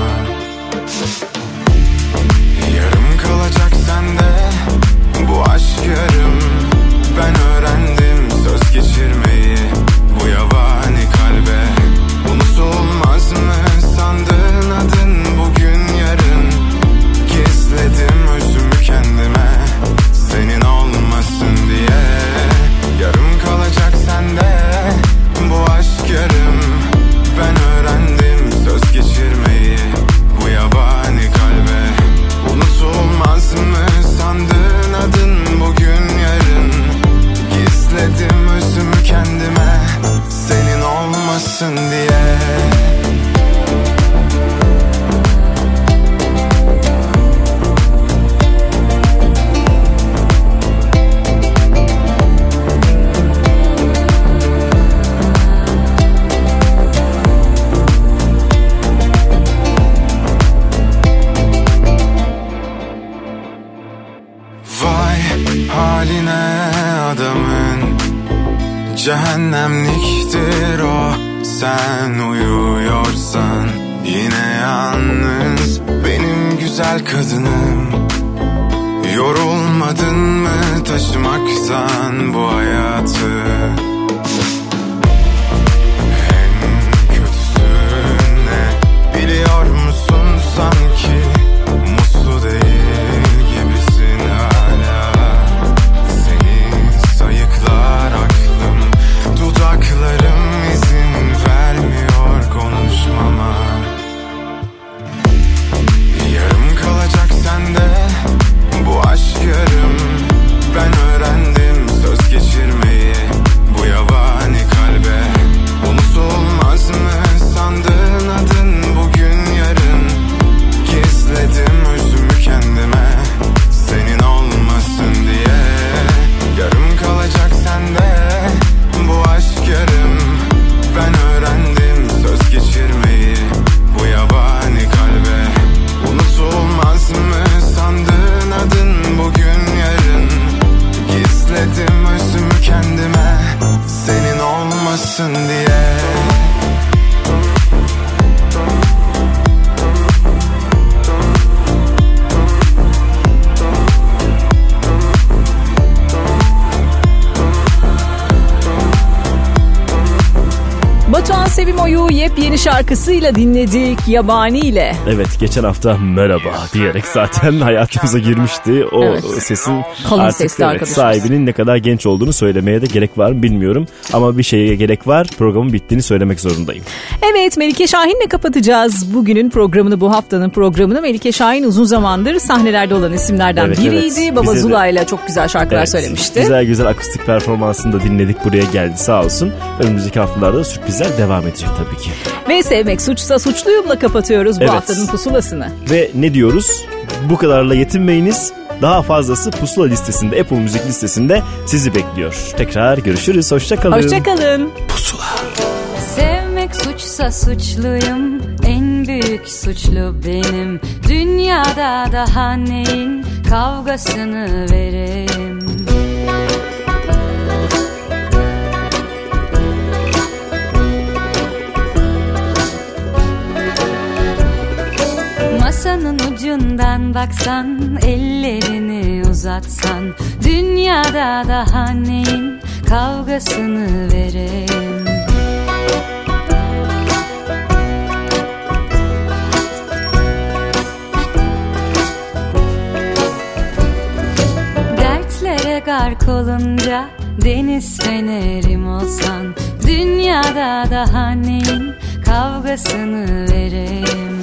Yarım kalacak sende bu aşk yarım. Ben öğrendim söz geçirmeyi bu yabani kalbe. Unutulmaz mı sandığın adın bugün yarın? Gizledim özümü kendime senin olmasın diye. Yarım kalacak sende bu aşk yarım. Ben öğrendim söz geçirmeyi bu yabani kalbe. Unutulmaz mı sandığın adın bugün yarın? Gizledim özümü kendime senin olmasın diye. Vay haline adamın, cehennemliktir o. Sen uyuyorsan yine yalnız, benim güzel kadınım. Yorulmadın mı taşımaktan bu hayatı? En kötüsü ne biliyor musun, sanki mutlu değil gibisin hala. Seni sayıklar aklım, dudaklarım izin vermiyor konuşmama. Yarım kalacak sende bu aşk yarım. Ben öğrendim söz geçirmeyi bu yabani kalbe. Unutulmaz mı sandığın adın bugün yarın? Gizledim özümü kendime senin olmasın diye. Yarım kalacak sende bu aşk yarım. Ben öğrendim söz geçirmeyi bu yabani kalbe. Unutulmaz mı sandığın adın bugün yarın? Gizledim özümü kendime senin olmasın diye. Batuhan Sevimo'yu yepyeni şarkısıyla dinledik, Yabani ile. Evet, geçen hafta merhaba diyerek zaten hayatımıza girmişti. O evet. sesin kalın artık evet, sahibinin ne kadar genç olduğunu söylemeye de gerek var mı bilmiyorum. Ama bir şeye gerek var, programın bittiğini söylemek zorundayım. Evet, Melike Şahin'le kapatacağız bugünün programını, bu haftanın programını. Melike Şahin uzun zamandır sahnelerde olan isimlerden evet, biriydi. Evet. Baba Zula ile çok güzel şarkılar evet, söylemişti. Güzel güzel akustik performansını da dinledik, buraya geldi sağ olsun. Önümüzdeki haftalarda sürprizler devam edecek tabii ki. Ve Sevmek Suçsa Suçluyum'la kapatıyoruz bu evet. haftanın pusulasını. Ve ne diyoruz? Bu kadarla yetinmeyiniz. Daha fazlası Pusula listesinde, Apple Müzik listesinde sizi bekliyor. Tekrar görüşürüz. Hoşçakalın. Hoşçakalın. Pusula. Sevmek suçsa suçluyum, en büyük suçlu benim. Dünyada daha neyin kavgasını vereyim. Masanın ucundan baksan, ellerini uzatsan, dünyada daha neyin kavgasını vereyim. Dertlere gark olunca deniz fenerim olsan, dünyada daha neyin kavgasını vereyim.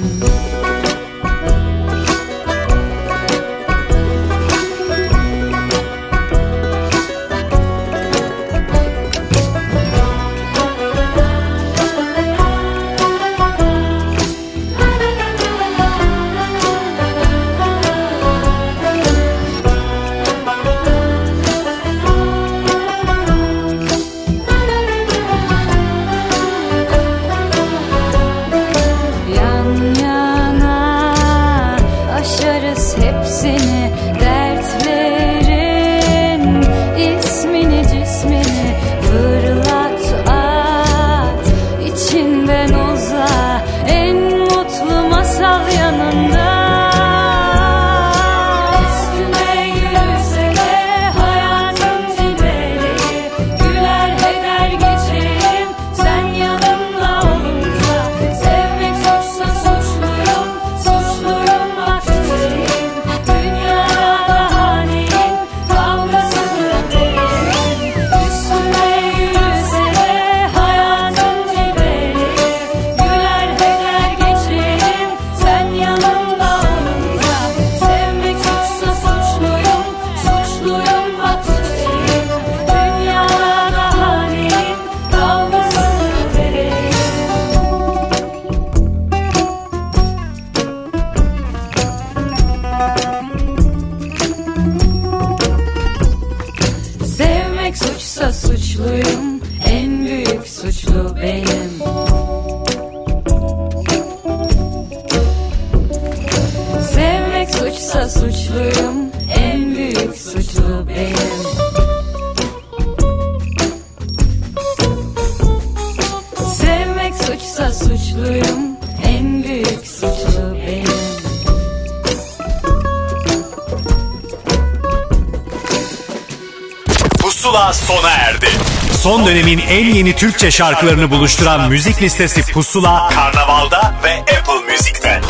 Sona erdi. Son dönemin en yeni Türkçe şarkılarını buluşturan müzik listesi Pusula, Karnaval'da ve Apple Müzik'te.